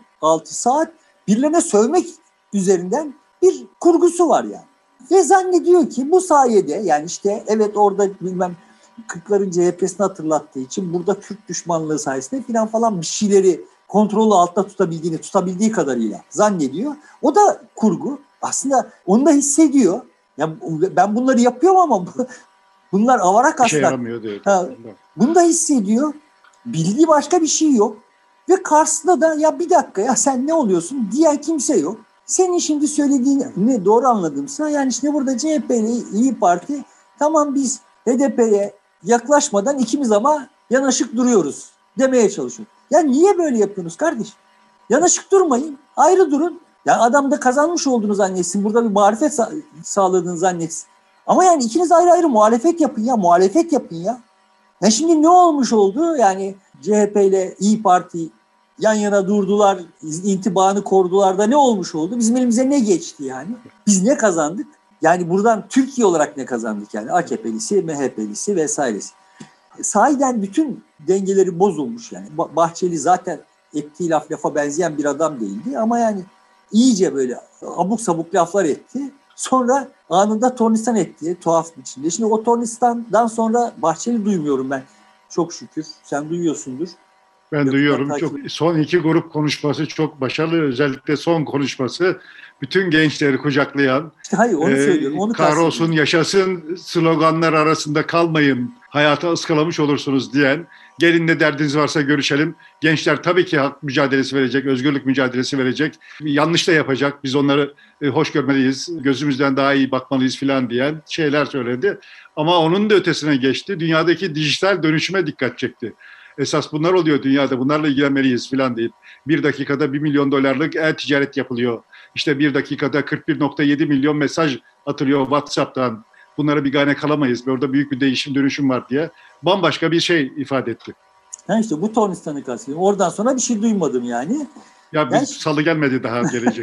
S2: 16 saat birilerine sövmek üzerinden bir kurgusu var yani. Ve zannediyor ki bu sayede yani işte evet orada bilmem Kırkların CHP'sini hatırlattığı için burada Kürt düşmanlığı sayesinde falan bir şeyleri kontrolü altta tutabildiği kadarıyla zannediyor. O da kurgu. Aslında onu da hissediyor. Ya ben bunları yapıyorum ama bunlar avarak
S1: Bir şey
S2: aslında.
S1: yaramıyor diyor.
S2: Bunu da hissediyor. Bildiği başka bir şey yok. Ve karşısında da ya bir dakika ya sen ne oluyorsun diyen kimse yok. Senin şimdi söylediğini doğru anladımsa yani işte burada CHP ile İYİ Parti tamam biz HDP'ye yaklaşmadan ikimiz ama yanaşık duruyoruz demeye çalışıyor. Ya niye böyle yapıyorsunuz kardeşim? Yanaşık durmayın. Ayrı durun. Ya adam da kazanmış olduğunu zannetsin. Burada bir marifet sağladığını zannetsin. Ama yani ikiniz ayrı ayrı muhalefet yapın ya. Muhalefet yapın ya. Ya şimdi ne olmuş oldu? Yani CHP ile İYİ Parti yan yana durdular. İntibanı korudular da ne olmuş oldu? Bizim elimize ne geçti yani? Biz ne kazandık? Yani buradan Türkiye olarak ne kazandık yani? AKP'lisi, MHP'lisi vesairesi. Sahiden bütün dengeleri bozulmuş yani. Bahçeli zaten ettiği lafa benzeyen bir adam değildi ama yani iyice böyle abuk sabuk laflar etti. Sonra anında tornistan etti tuhaf biçimde. Şimdi o tornistandan sonra Bahçeli duymuyorum ben. Çok şükür. Sen duyuyorsundur.
S1: Ben duyuyorum. Son iki grup konuşması çok başarılı. Özellikle son konuşması bütün gençleri kucaklayan,
S2: İşte hayır onu söylüyorum. Onu
S1: kahrolsun yaşasın sloganlar arasında kalmayın, hayata ıskalamış olursunuz diyen, gelin ne derdiniz varsa görüşelim. Gençler tabii ki hak mücadelesi verecek, özgürlük mücadelesi verecek. Yanlış da yapacak. Biz onları hoş görmeliyiz, gözümüzden daha iyi bakmalıyız falan diyen şeyler söyledi. Ama onun da ötesine geçti. Dünyadaki dijital dönüşüme dikkat çekti. Esas bunlar oluyor dünyada, bunlarla ilgilenmeliyiz falan deyip 1 dakikada 1 milyon dolarlık e-ticaret yapılıyor. İşte 1 dakikada 41,7 milyon mesaj atılıyor WhatsApp'tan. Bunlara bir gane kalamayız. Orada büyük bir değişim dönüşüm var diye bambaşka bir şey ifade etti.
S2: Ha işte bu tornistanı kastediyorum. Oradan sonra bir şey duymadım yani.
S1: Ya biz salı gelmedi daha gelecek.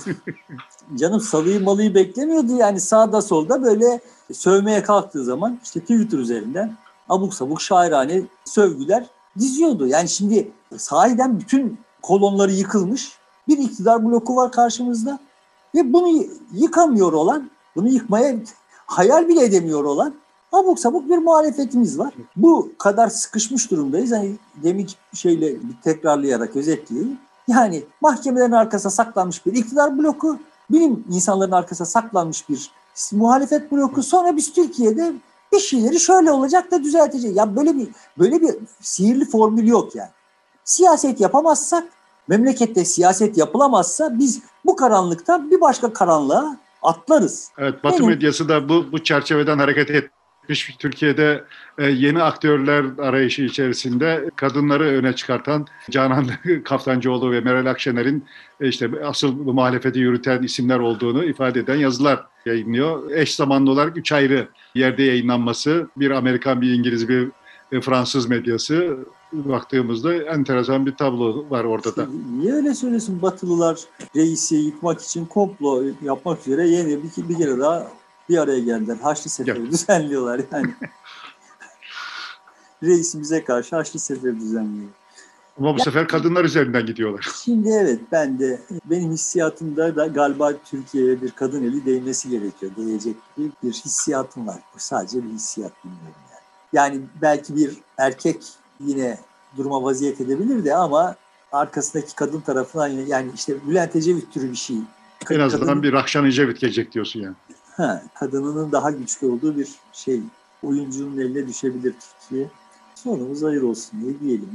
S2: Canım salıyı malıyı beklemiyordu yani sağda solda böyle sövmeye kalktığı zaman işte Twitter üzerinden abuk sabuk şairane sövgüler diziyordu. Yani şimdi sahiden bütün kolonları yıkılmış bir iktidar bloku var karşımızda ve bunu yıkamıyor olan, bunu yıkmaya hayal bile edemiyor olan abuk sabuk bir muhalefetimiz var. Bu kadar sıkışmış durumdayız. Hani deminki şeyle bir tekrarlayarak özetleyelim. Yani mahkemelerin arkasına saklanmış bir iktidar bloku, bilim insanların arkasına saklanmış bir muhalefet bloku. Sonra biz Türkiye'de bir şeyleri şöyle olacak da düzelteceğiz. Ya böyle bir sihirli formül yok yani. Siyaset yapamazsak, memlekette siyaset yapılamazsa biz bu karanlıktan bir başka karanlığa atlarız.
S1: Evet, Batı medyası da bu çerçeveden hareket etmiş. Türkiye'de yeni aktörler arayışı içerisinde kadınları öne çıkartan Canan Kaftancıoğlu ve Meral Akşener'in işte asıl bu muhalefeti yürüten isimler olduğunu ifade eden yazılar yayınlıyor. Eş zamanlı olarak 3 ayrı yerde yayınlanması, bir Amerikan, bir İngiliz, bir Fransız medyası, baktığımızda enteresan bir tablo var orada da.
S2: Niye öyle söylüyorsun? Batılılar reisi yıkmak için komplo yapmak üzere yeni bir kere daha bir araya geldiler. Haçlı Seferi düzenliyorlar yani. Reisimize karşı Haçlı Seferi düzenliyor.
S1: Ama bu sefer kadınlar üzerinden gidiyorlar.
S2: Şimdi evet benim hissiyatımda da galiba Türkiye'ye bir kadın eli değmesi gerekiyor. Değecek bir hissiyatım var. Bu sadece bir hissiyat bilmiyorum yani. Yani belki bir erkek yine duruma vaziyet edebilir de ama arkasındaki kadın tarafından yani işte Bülent Ecevit türü bir şey.
S1: En azından bir Rahşan Ecevit gelecek diyorsun yani.
S2: Kadınının daha güçlü olduğu bir şey. Oyuncunun eline düşebilir Türkiye. Sonumuz hayır olsun diye diyelim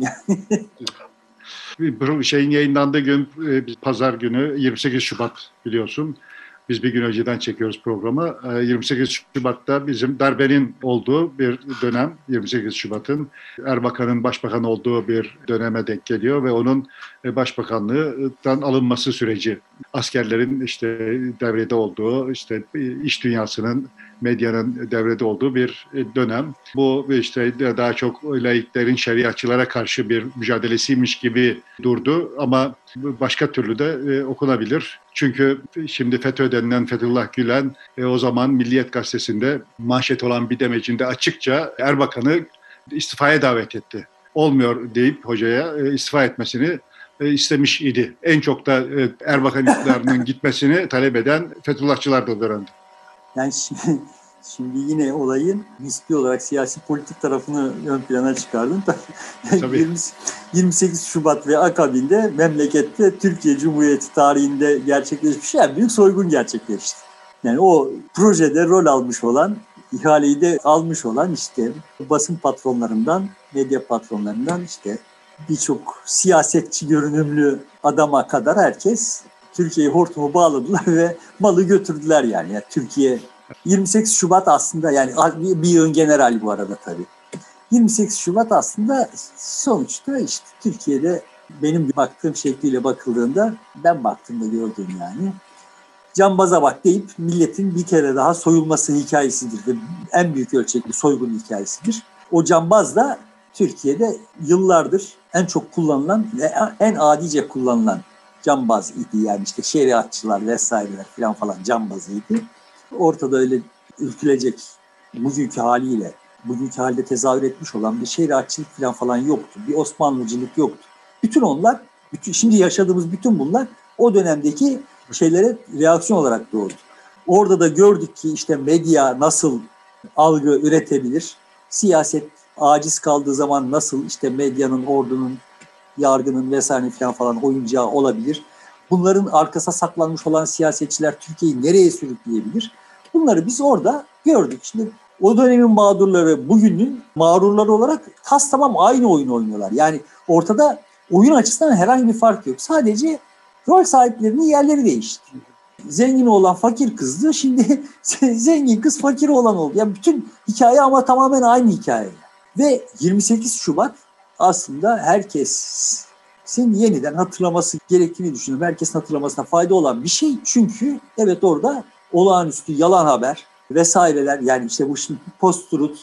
S2: yani.
S1: Şeyin yayınlandığı gün pazar günü 28 Şubat biliyorsun. Biz bir gün önceden çekiyoruz programı. 28 Şubat'ta bizim darbenin olduğu bir dönem. 28 Şubat'ın Erbakan'ın başbakan olduğu bir döneme denk geliyor ve onun başbakanlığından alınması süreci. Askerlerin işte devrede olduğu, işte iş dünyasının, medyanın devrede olduğu bir dönem. Bu işte daha çok laiklerin şeriatçılara karşı bir mücadelesiymiş gibi durdu ama başka türlü de okunabilir. Çünkü şimdi FETÖ denilen Fethullah Gülen o zaman Milliyet Gazetesi'nde manşet olan bir demecinde açıkça Erbakan'ı istifaya davet etti. Olmuyor deyip hocaya istifa etmesini istemiş idi. En çok da Erbakan iktidarının gitmesini talep eden Fethullahçılar da o dönemde.
S2: Yani şimdi yine olayın nispi olarak siyasi politik tarafını ön plana çıkardın.
S1: Tabii.
S2: 28 Şubat ve akabinde memlekette Türkiye Cumhuriyeti tarihinde gerçekleşmiş en büyük soygun gerçekleşti. Yani o projede rol almış olan, ihaleyi de almış olan işte basın patronlarından, medya patronlarından işte birçok siyasetçi görünümlü adama kadar herkes Türkiye'yi hortumu bağladılar ve malı götürdüler yani. Yani Türkiye 28 Şubat aslında yani bir yığın general bu arada tabii. 28 Şubat aslında sonuçta işte Türkiye'de benim baktığım şekliyle bakıldığında ben baktığımda gördüğüm yani cambaza bak deyip milletin bir kere daha soyulması hikayesidir ve en büyük ölçekli soygun hikayesidir. O cambaz da Türkiye'de yıllardır en çok kullanılan ve en adice kullanılan cambaz idi. Yani işte şeriatçılar vesaireler falan cambazıydı. Ortada öyle ürkülecek bugünkü halde tezahür etmiş olan bir şeriatçılık falan yoktu. Bir Osmanlıcılık yoktu. Bütün onlar, şimdi yaşadığımız bütün bunlar o dönemdeki şeylere reaksiyon olarak doğdu. Orada da gördük ki işte medya nasıl algı üretebilir, siyaset aciz kaldığı zaman nasıl işte medyanın, ordunun, yargının vesaire falan oyuncağı olabilir. Bunların arkasına saklanmış olan siyasetçiler Türkiye'yi nereye sürükleyebilir? Bunları biz orada gördük. Şimdi o dönemin mağdurları bugünün mağrurları olarak tamam aynı oyunu oynuyorlar. Yani ortada oyun açısından herhangi bir fark yok. Sadece rol sahiplerinin yerleri değişti. Zengin olan fakir kızdı. Şimdi zengin kız fakir olan oldu. Yani bütün hikaye ama tamamen aynı hikaye. Ve 28 Şubat aslında herkesin yeniden hatırlaması gerektiğini düşünüyorum. Herkesin hatırlamasına fayda olan bir şey. Çünkü evet orada olağanüstü yalan haber vesaireler yani işte bu şimdi post-truth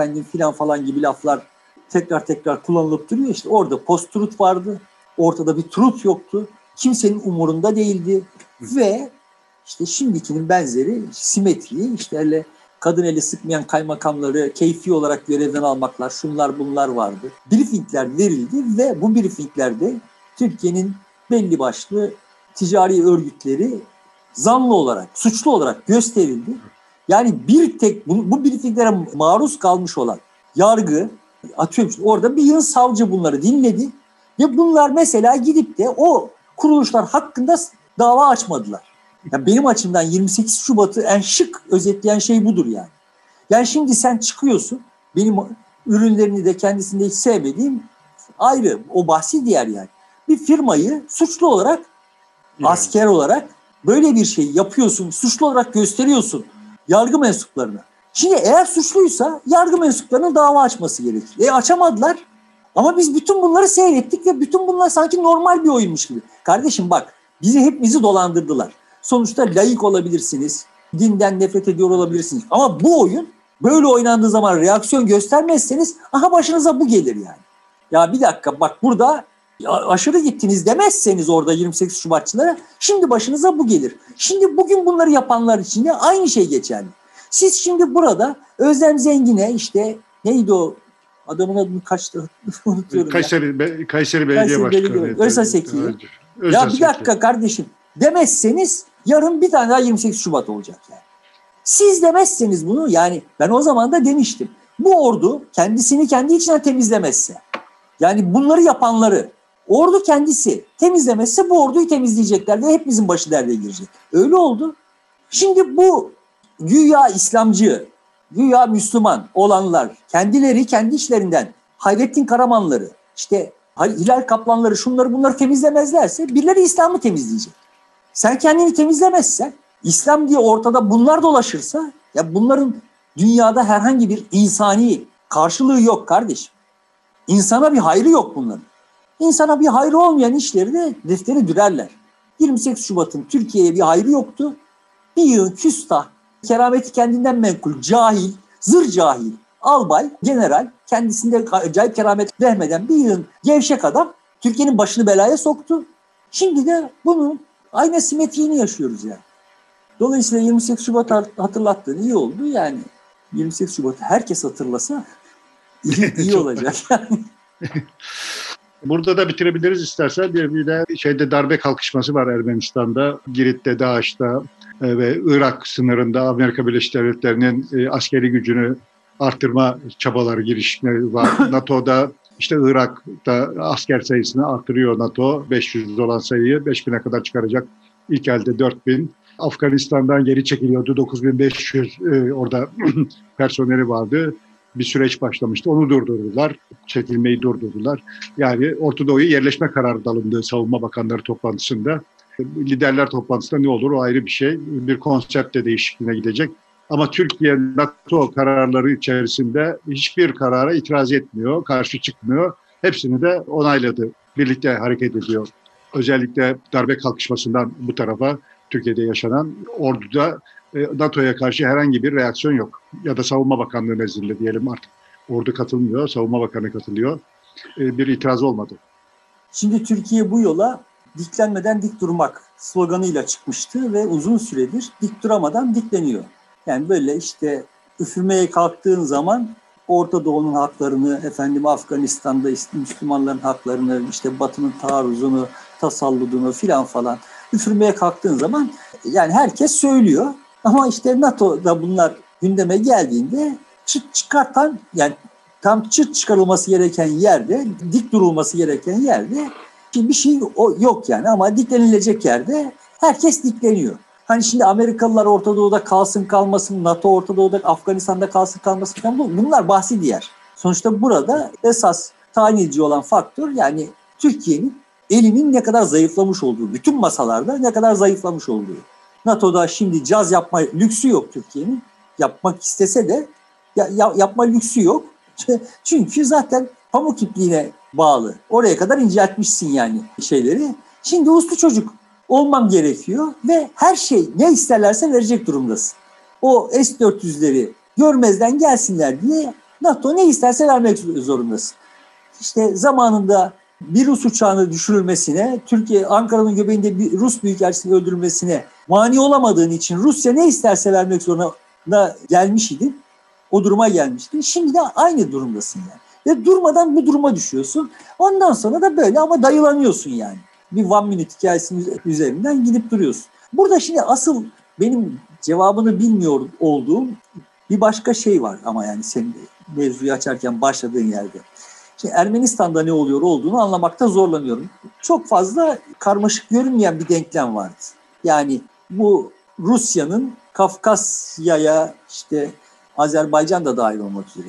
S2: falan gibi laflar tekrar kullanılıp duruyor. İşte orada post-truth vardı. Ortada bir truth yoktu. Kimsenin umurunda değildi. Ve işte şimdikinin benzeri simetriyi işte öyle kadın eli sıkmayan kaymakamları keyfi olarak görevden almaklar, şunlar bunlar vardı. Briefingler verildi ve bu briefinglerde Türkiye'nin belli başlı ticari örgütleri zanlı olarak, suçlu olarak gösterildi. Yani bir tek bu briefinglere maruz kalmış olan yargı, atıyorum orada bir yığın savcı bunları dinledi ve bunlar mesela gidip de o kuruluşlar hakkında dava açmadılar. Yani benim açımdan 28 Şubat'ı en şık özetleyen şey budur yani. Yani şimdi sen çıkıyorsun, benim ürünlerini de kendisinde hiç sevmediğim ayrı, o bahsi diğer yani. Bir firmayı suçlu olarak, asker olarak böyle bir şey yapıyorsun, suçlu olarak gösteriyorsun yargı mensuplarına. Şimdi eğer suçluysa yargı mensuplarının dava açması gerekir. Açamadılar ama biz bütün bunları seyrettik ve bütün bunlar sanki normal bir oyunmuş gibi. Kardeşim bak, hepimizi dolandırdılar. Sonuçta laik olabilirsiniz, dinden nefret ediyor olabilirsiniz. Ama bu oyun böyle oynandığı zaman reaksiyon göstermezseniz başınıza bu gelir yani. Ya bir dakika bak burada aşırı gittiniz demezseniz orada 28 Şubatçılara şimdi başınıza bu gelir. Şimdi bugün bunları yapanlar için de aynı şey geçerli. Siz şimdi burada Özlem Zengin'e işte neydi o adamın adını kaçtı unutuyorum.
S1: Kayseri Belediye Başkanı.
S2: Özhaseki'yi. Ya bir dakika kardeşim demezseniz yarın bir tane daha 28 Şubat olacak yani. Siz demezseniz bunu yani ben o zaman da demiştim. Bu ordu kendisini kendi içinden temizlemezse yani bunları yapanları ordu kendisi temizlemezse bu orduyu temizleyecekler ve hepimizin başı derde girecek. Öyle oldu. Şimdi bu güya İslamcı, güya Müslüman olanlar kendileri kendi işlerinden Hayrettin Karamanları, işte Hilal Kaplanları şunları bunları temizlemezlerse birileri İslam'ı temizleyecek. Sen kendini temizlemezsen İslam diye ortada bunlar dolaşırsa ya bunların dünyada herhangi bir insani karşılığı yok kardeşim. İnsana bir hayrı yok bunların. İnsana bir hayrı olmayan işleri de defteri dürerler. 28 Şubat'ın Türkiye'ye bir hayrı yoktu. Bir yığın küstah, kerameti kendinden menkul, cahil, zır cahil, albay, general, kendisinde acayip keramet vermeden bir yığın gevşek adam Türkiye'nin başını belaya soktu. Şimdi de bunun aynı simetriğini yaşıyoruz yani. Dolayısıyla 28 Şubat hatırlattığın iyi oldu yani. 28 Şubat'ı herkes hatırlasa iyi olacak yani.
S1: Burada da bitirebiliriz istersen. Bir de darbe kalkışması var Ermenistan'da, Girit'te, DAEŞ'ta ve Irak sınırında Amerika Birleşik Devletleri'nin askeri gücünü artırma çabaları, girişimleri var. NATO'da Irak'ta asker sayısını artırıyor NATO. 500 olan sayıyı 5000'e kadar çıkaracak. İlk elde 4000. Afganistan'dan geri çekiliyordu. 9500 orada personeli vardı. Bir süreç başlamıştı. Onu durdurdular. Çekilmeyi durdurdular. Yani Orta Doğu'ya yerleşme kararı alındı Savunma Bakanları toplantısında. Liderler toplantısında ne olur o ayrı bir şey. Bir konsepte değişikliğine gidecek. Ama Türkiye NATO kararları içerisinde hiçbir karara itiraz etmiyor, karşı çıkmıyor. Hepsini de onayladı. Birlikte hareket ediyor. Özellikle darbe kalkışmasından bu tarafa Türkiye'de yaşanan orduda NATO'ya karşı herhangi bir reaksiyon yok. Ya da Savunma Bakanlığı nezdinde diyelim artık. Ordu katılmıyor, Savunma Bakanı katılıyor. Bir itiraz olmadı.
S2: Şimdi Türkiye bu yola diklenmeden dik durmak sloganıyla çıkmıştı ve uzun süredir dik duramadan dikleniyor. Yani böyle üfürmeye kalktığın zaman Orta Doğu'nun haklarını, Afganistan'da Müslümanların haklarını, Batı'nın taarruzunu, tasalludunu falan üfürmeye kalktığın zaman yani herkes söylüyor. Ama NATO'da bunlar gündeme geldiğinde çıt çıkartan yani tam çıt çıkarılması gereken yerde, dik durulması gereken yerde bir şey yok yani ama diklenilecek yerde herkes dikleniyor. Hani şimdi Amerikalılar Orta Doğu'da kalsın kalmasın, NATO Orta Doğu'da, Afganistan'da kalsın kalmasın falan bunlar bahsi diğer. Sonuçta burada esas tayin edici olan faktör yani Türkiye'nin elinin ne kadar zayıflamış olduğu, bütün masalarda ne kadar zayıflamış olduğu. NATO'da şimdi caz yapma lüksü yok Türkiye'nin. Yapmak istese de yapma lüksü yok. Çünkü zaten pamuk ipliğine bağlı. Oraya kadar inceltmişsin yani şeyleri. Şimdi uslu çocuk olman gerekiyor ve her şey ne isterlerse verecek durumdasın. O S-400'leri görmezden gelsinler diye NATO ne isterse vermek zorundasın. Zamanında bir Rus uçağını düşürülmesine, Türkiye Ankara'nın göbeğinde bir Rus büyükelçisinin öldürülmesine mani olamadığın için Rusya ne isterse vermek zorunda gelmiş idin. O duruma gelmişti. Şimdi de aynı durumdasın yani. Ve durmadan bu duruma düşüyorsun. Ondan sonra da böyle ama dayılanıyorsun yani. Bir one minute hikayesinin üzerinden gidip duruyorsun. Burada şimdi asıl benim cevabını bilmiyor olduğum bir başka şey var ama yani senin mevzuyu açarken başladığın yerde. Şimdi Ermenistan'da ne oluyor olduğunu anlamakta zorlanıyorum. Çok fazla karmaşık görünmeyen bir denklem vardı. Yani bu Rusya'nın Kafkasya'ya Azerbaycan da dahil olmak üzere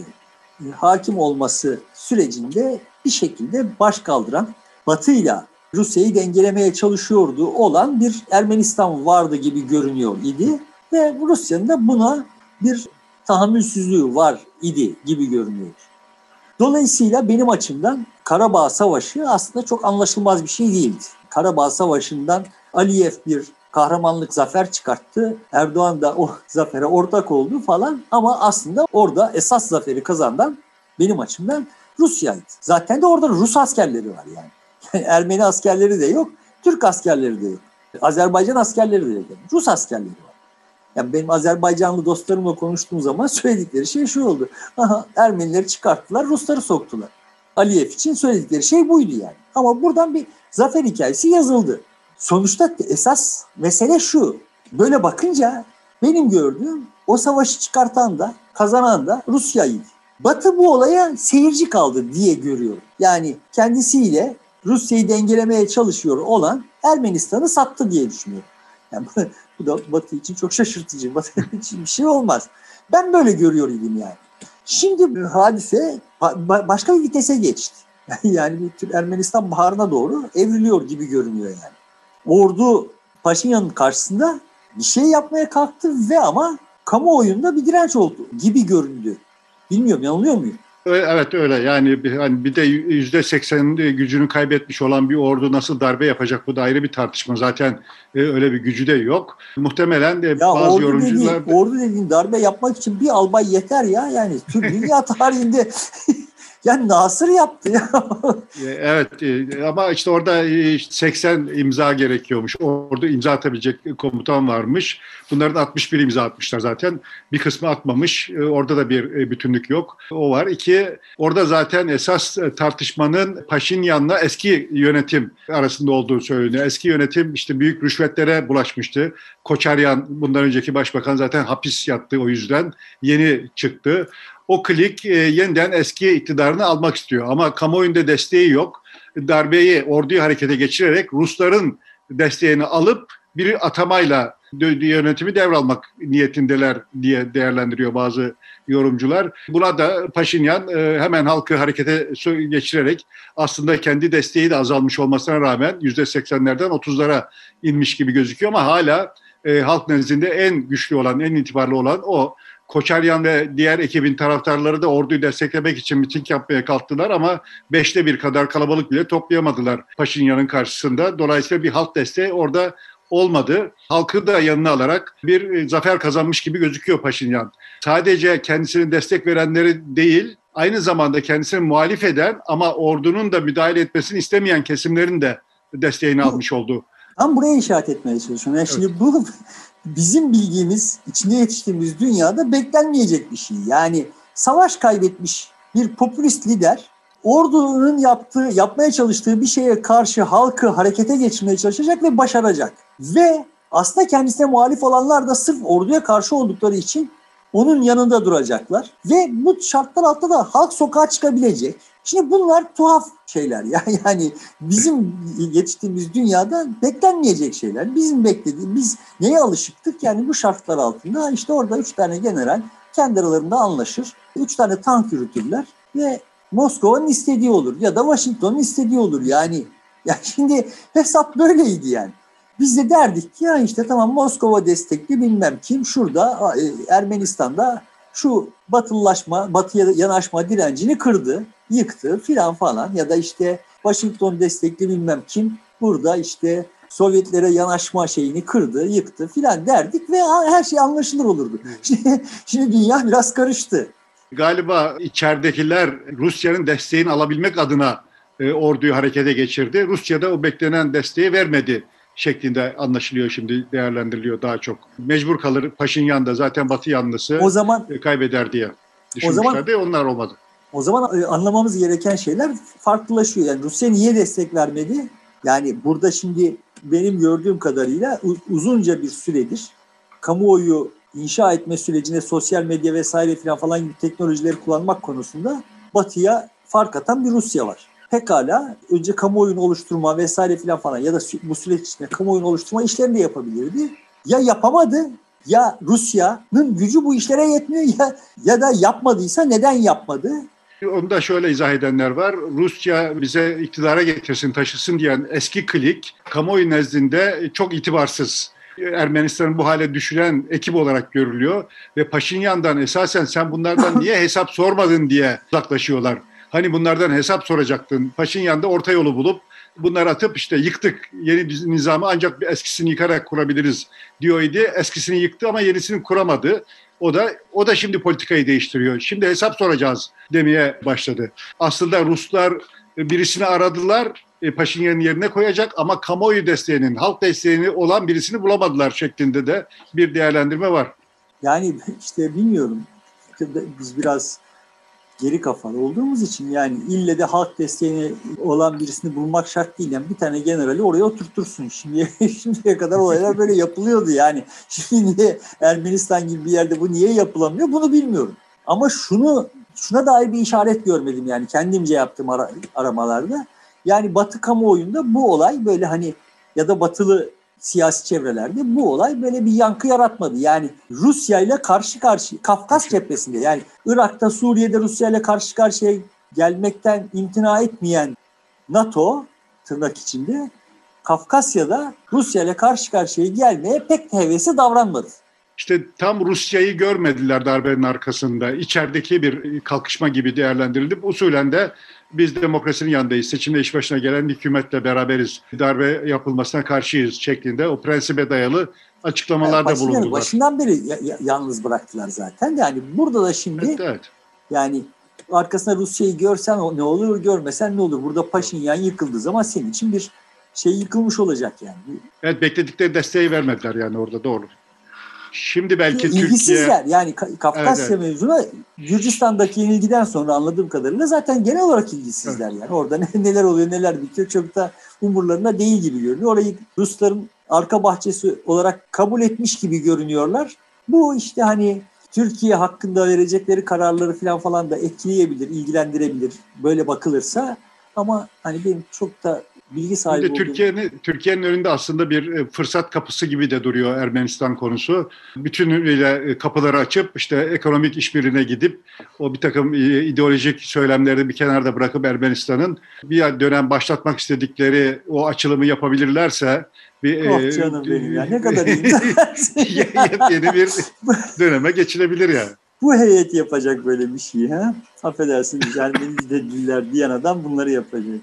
S2: hakim olması sürecinde bir şekilde baş kaldıran Batı'yla Rusya'yı dengelemeye çalışıyordu olan bir Ermenistan vardı gibi görünüyor idi ve Rusya'nın da buna bir tahammülsüzlüğü var idi gibi görünüyor. Dolayısıyla benim açımdan Karabağ Savaşı aslında çok anlaşılmaz bir şey değildi. Karabağ Savaşı'ndan Aliyev bir kahramanlık zafer çıkarttı. Erdoğan da o zafere ortak oldu falan ama aslında orada esas zaferi kazanan benim açımdan Rusya'ydı. Zaten de orada Rus askerleri var yani. Ermeni askerleri de yok, Türk askerleri de yok. Azerbaycan askerleri de yok. Rus askerleri var. Yani benim Azerbaycanlı dostlarımla konuştuğum zaman söyledikleri şey şu oldu. Aha, Ermenileri çıkarttılar, Rusları soktular. Aliyev için söyledikleri şey buydu yani. Ama buradan bir zafer hikayesi yazıldı. Sonuçta esas mesele şu. Böyle bakınca benim gördüğüm o savaşı çıkartan da kazanan da Rusya'ydı. Batı bu olaya seyirci kaldı diye görüyorum. Yani kendisiyle Rusya'yı dengelemeye çalışıyor olan Ermenistan'ı sattı diye düşünüyorum. Yani bu da Batı için çok şaşırtıcı. Batı için bir şey olmaz. Ben böyle görüyor idim yani. Şimdi hadise başka bir vitese geçti. Yani bir tür Ermenistan baharına doğru evriliyor gibi görünüyor yani. Ordu Paşinyan'ın karşısında bir şey yapmaya kalktı ve ama kamuoyunda bir direnç oldu gibi göründü. Bilmiyorum, yanılıyor muyum?
S1: Evet öyle yani hani bir de %80 gücünü kaybetmiş olan bir ordu nasıl darbe yapacak, bu da ayrı bir tartışma. Zaten öyle bir gücü de yok. Muhtemelen
S2: Ya
S1: bazı yorumcular
S2: ordu dediğin darbe yapmak için bir albay yeter ya. Yani Türk dünya tarihinde yani Nasır yaptı ya.
S1: evet ama işte orada 80 imza gerekiyormuş. Orada imza atabilecek komutan varmış. Bunların 61 imza atmışlar zaten. Bir kısmı atmamış. Orada da bir bütünlük yok. O var. İki, orada zaten esas tartışmanın Paşinyan'la eski yönetim arasında olduğu söyleniyor. Eski yönetim işte büyük rüşvetlere bulaşmıştı. Koçaryan, bundan önceki başbakan, zaten hapis yattı o yüzden. Yeni çıktı. O klik yeniden eski iktidarını almak istiyor. Ama kamuoyunda desteği yok. Darbeyi, orduyu harekete geçirerek Rusların desteğini alıp bir atamayla yönetimi devralmak niyetindeler diye değerlendiriyor bazı yorumcular. Buna da Paşinyan hemen halkı harekete geçirerek, aslında kendi desteği de azalmış olmasına rağmen %80'lerden 30'lara inmiş gibi gözüküyor ama hala halk nezdinde en güçlü olan, en itibarlı olan o. Koçaryan ve diğer ekibin taraftarları da orduyu desteklemek için miting yapmaya kalktılar ama 1/5 kadar kalabalık bile toplayamadılar Paşinyan'ın karşısında. Dolayısıyla bir halk desteği orada olmadı. Halkı da yanına alarak bir zafer kazanmış gibi gözüküyor Paşinyan. Sadece kendisine destek verenleri değil, aynı zamanda kendisine muhalif eden ama ordunun da müdahale etmesini istemeyen kesimlerin de desteğini almış oldu.
S2: Tam buraya işaret etmeye çalışıyorum. Yani şimdi bu bizim bildiğimiz, içinde yetiştiğimiz dünyada beklenmeyecek bir şey. Yani savaş kaybetmiş bir popülist lider ordunun yapmaya çalıştığı bir şeye karşı halkı harekete geçirmeye çalışacak ve başaracak. Ve aslında kendisine muhalif olanlar da sırf orduya karşı oldukları için onun yanında duracaklar. Ve bu şartlar altında da halk sokağa çıkabilecek. Şimdi bunlar tuhaf şeyler. Yani bizim yetiştiğimiz dünyada beklenmeyecek şeyler. Biz neye alışıktık? Yani bu şartlar altında işte orada 3 tane general kendi aralarında anlaşır. 3 tane tank yürütürler ve Moskova'nın istediği olur ya da Washington'un istediği olur. Yani şimdi hesap böyleydi yani. Biz de derdik ki ya işte tamam, Moskova destekli bilmem kim şurada Ermenistan'da şu batıya yanaşma direncini kırdı, yıktı filan falan, ya da işte Washington destekli bilmem kim burada işte Sovyetlere yanaşma şeyini kırdı, yıktı filan derdik ve her şey anlaşılır olurdu. Şimdi dünya biraz karıştı.
S1: Galiba içeridekiler Rusya'nın desteğini alabilmek adına orduyu harekete geçirdi. Rusya da o beklenen desteği vermedi şeklinde anlaşılıyor, şimdi değerlendiriliyor daha çok. Mecbur kalır Paşinyan da, zaten Batı yanlısı
S2: o zaman
S1: kaybeder diye düşünmüşlerdi. Onlar olmadı.
S2: O zaman anlamamız gereken şeyler farklılaşıyor. Yani Rusya niye destek vermedi? Yani burada şimdi benim gördüğüm kadarıyla uzunca bir süredir kamuoyu inşa etme sürecinde sosyal medya vesaire falan gibi teknolojileri kullanmak konusunda Batı'ya fark atan bir Rusya var. Pekala önce kamuoyunu oluşturma vesaire falan ya da bu süreç içinde kamuoyunu oluşturma işlerini de yapabilirdi. Ya yapamadı, ya Rusya'nın gücü bu işlere yetmiyor, ya da yapmadıysa neden yapmadı?
S1: Onu da şöyle izah edenler var. Rusya bize iktidara getirsin, taşısın diyen eski klik kamuoyu nezdinde çok itibarsız. Ermenistan'ın bu hale düşüren ekip olarak görülüyor ve Paşinyan'dan esasen sen bunlardan niye hesap sormadın diye uzaklaşıyorlar. Hani bunlardan hesap soracaktın. Paşinyan da orta yolu bulup bunları atıp işte yıktık, yeni nizamı ancak eskisini yıkarak kurabiliriz diyordu. Eskisini yıktı ama yenisini kuramadı. O da şimdi politikayı değiştiriyor. Şimdi hesap soracağız demeye başladı. Aslında Ruslar birisini aradılar, Paşinyan'ın yerine koyacak ama kamuoyu desteğinin, halk desteğini olan birisini bulamadılar şeklinde de bir değerlendirme var.
S2: Yani işte bilmiyorum. Biz biraz geri kafalı olduğumuz için yani ille de halk desteğini olan birisini bulmak şart değil. Yani bir tane generali oraya oturtursun. Şimdiye kadar olaylar böyle yapılıyordu yani. Şimdi niye Ermenistan gibi bir yerde bu niye yapılamıyor bunu bilmiyorum. Ama şuna dair bir işaret görmedim yani kendimce yaptığım aramalarda. Yani Batı kamuoyunda bu olay böyle hani ya da batılı siyasi çevrelerde bu olay böyle bir yankı yaratmadı. Yani Rusya ile karşı karşıya, Kafkas cephesinde yani Irak'ta, Suriye'de Rusya ile karşı karşıya gelmekten imtina etmeyen NATO tırnak içinde Kafkasya'da Rusya ile karşı karşıya gelmeye pek hevesli davranmadı.
S1: İşte tam Rusya'yı görmediler darbenin arkasında. İçerideki bir kalkışma gibi değerlendirildi. Usulen de biz demokrasinin yanındayız. Seçimde iş başına gelen hükümetle beraberiz. Darbe yapılmasına karşıyız şeklinde o prensibe dayalı açıklamalarda bulundular.
S2: Başından beri yalnız bıraktılar zaten. Yani burada da şimdi
S1: evet.
S2: Yani arkasında Rusya'yı görsen ne olur, görmesen ne olur. Burada Paşinyan yıkıldığı zaman senin için bir şey yıkılmış olacak yani.
S1: Evet, bekledikleri desteği vermediler yani orada, doğru. Şimdi belki
S2: İlgisizler.
S1: Türkiye...
S2: Yani Kafkasya mevzuna Gürcistan'daki yenilgiden sonra anladığım kadarıyla zaten genel olarak ilgisizler yani. Orada neler oluyor, neler bitiyor çok da umurlarında değil gibi görünüyor. Orayı Rusların arka bahçesi olarak kabul etmiş gibi görünüyorlar. Bu işte hani Türkiye hakkında verecekleri kararları falan da etkileyebilir, ilgilendirebilir böyle bakılırsa. Ama hani benim çok da bilgi sahibi olduğum...
S1: Türkiye'nin önünde aslında bir fırsat kapısı gibi de duruyor Ermenistan konusu. Bütünüyle kapıları açıp işte ekonomik işbirliğine gidip o bir takım ideolojik söylemleri bir kenarda bırakıp Ermenistan'ın bir dönem başlatmak istedikleri o açılımı yapabilirlerse
S2: canım benim ya, ne kadar iyi.
S1: Yeni bir döneme geçilebilir yani.
S2: Bu heyet yapacak böyle bir şey ha? Affedersiniz Ermeni de diller diyen adam bunları yapacak.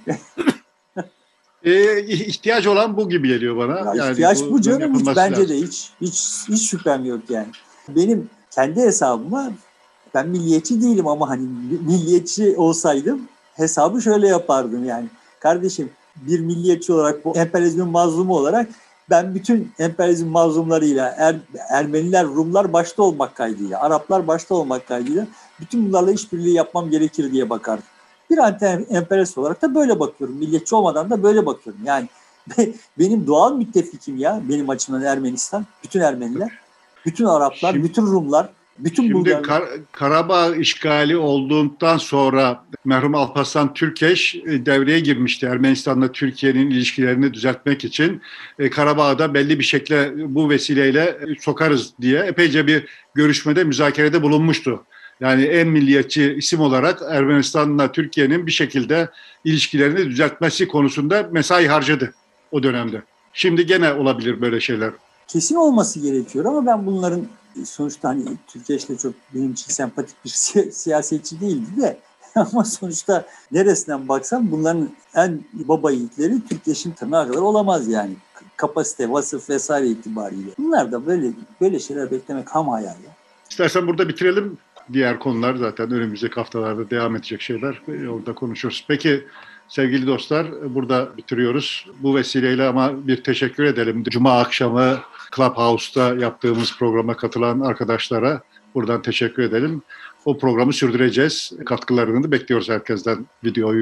S1: İhtiyaç olan bu gibi geliyor bana.
S2: Ya
S1: yani
S2: ihtiyaç bu canım. Bence
S1: lazım.
S2: de hiç şüphem yok yani. Benim kendi hesabıma, ben milliyetçi değilim ama hani milliyetçi olsaydım hesabı şöyle yapardım yani. Kardeşim, bir milliyetçi olarak, bu emperyalizmin mazlumu olarak ben bütün emperyalizm mazlumlarıyla Ermeniler, Rumlar başta olmak kaydıyla, Araplar başta olmak kaydıyla bütün bunlarla işbirliği yapmam gerekir diye bakardım. Bir anti-emperyalist olarak da böyle bakıyorum. Milliyetçi olmadan da böyle bakıyorum. Yani benim doğal müttefikim ya, benim açımdan Ermenistan, bütün Ermeniler, bütün Araplar, bütün Rumlar, bütün Bulgarlar.
S1: Karabağ işgali olduğundan sonra merhum Alparslan Türkeş devreye girmişti Ermenistan'la Türkiye'nin ilişkilerini düzeltmek için. Karabağ'da belli bir şekilde bu vesileyle sokarız diye epeyce bir görüşmede, müzakerede bulunmuştu. Yani en milliyetçi isim olarak Ermenistan'la Türkiye'nin bir şekilde ilişkilerini düzeltmesi konusunda mesai harcadı o dönemde. Şimdi gene olabilir böyle şeyler.
S2: Kesin olması gerekiyor ama ben bunların sonuçta hani Türkeş'le çok benim için sempatik bir siyasetçi değildi de ama sonuçta neresinden baksam bunların en baba yiğitleri Türkeş'in tırnağı kadar olamaz yani. Kapasite, vasıf vesaire itibariyle. Bunlar da böyle şeyler beklemek ham hayal ya.
S1: İstersen burada bitirelim. Diğer konular zaten önümüzdeki haftalarda devam edecek şeyler. Orada konuşuruz. Peki sevgili dostlar, burada bitiriyoruz. Bu vesileyle ama bir teşekkür edelim. Cuma akşamı Clubhouse'da yaptığımız programa katılan arkadaşlara buradan teşekkür edelim. O programı sürdüreceğiz. Katkılarını da bekliyoruz herkesten.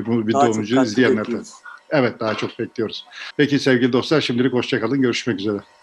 S1: Videomuzu izleyenlerden. Evet, daha çok bekliyoruz. Peki sevgili dostlar, şimdilik hoşça kalın. Görüşmek üzere.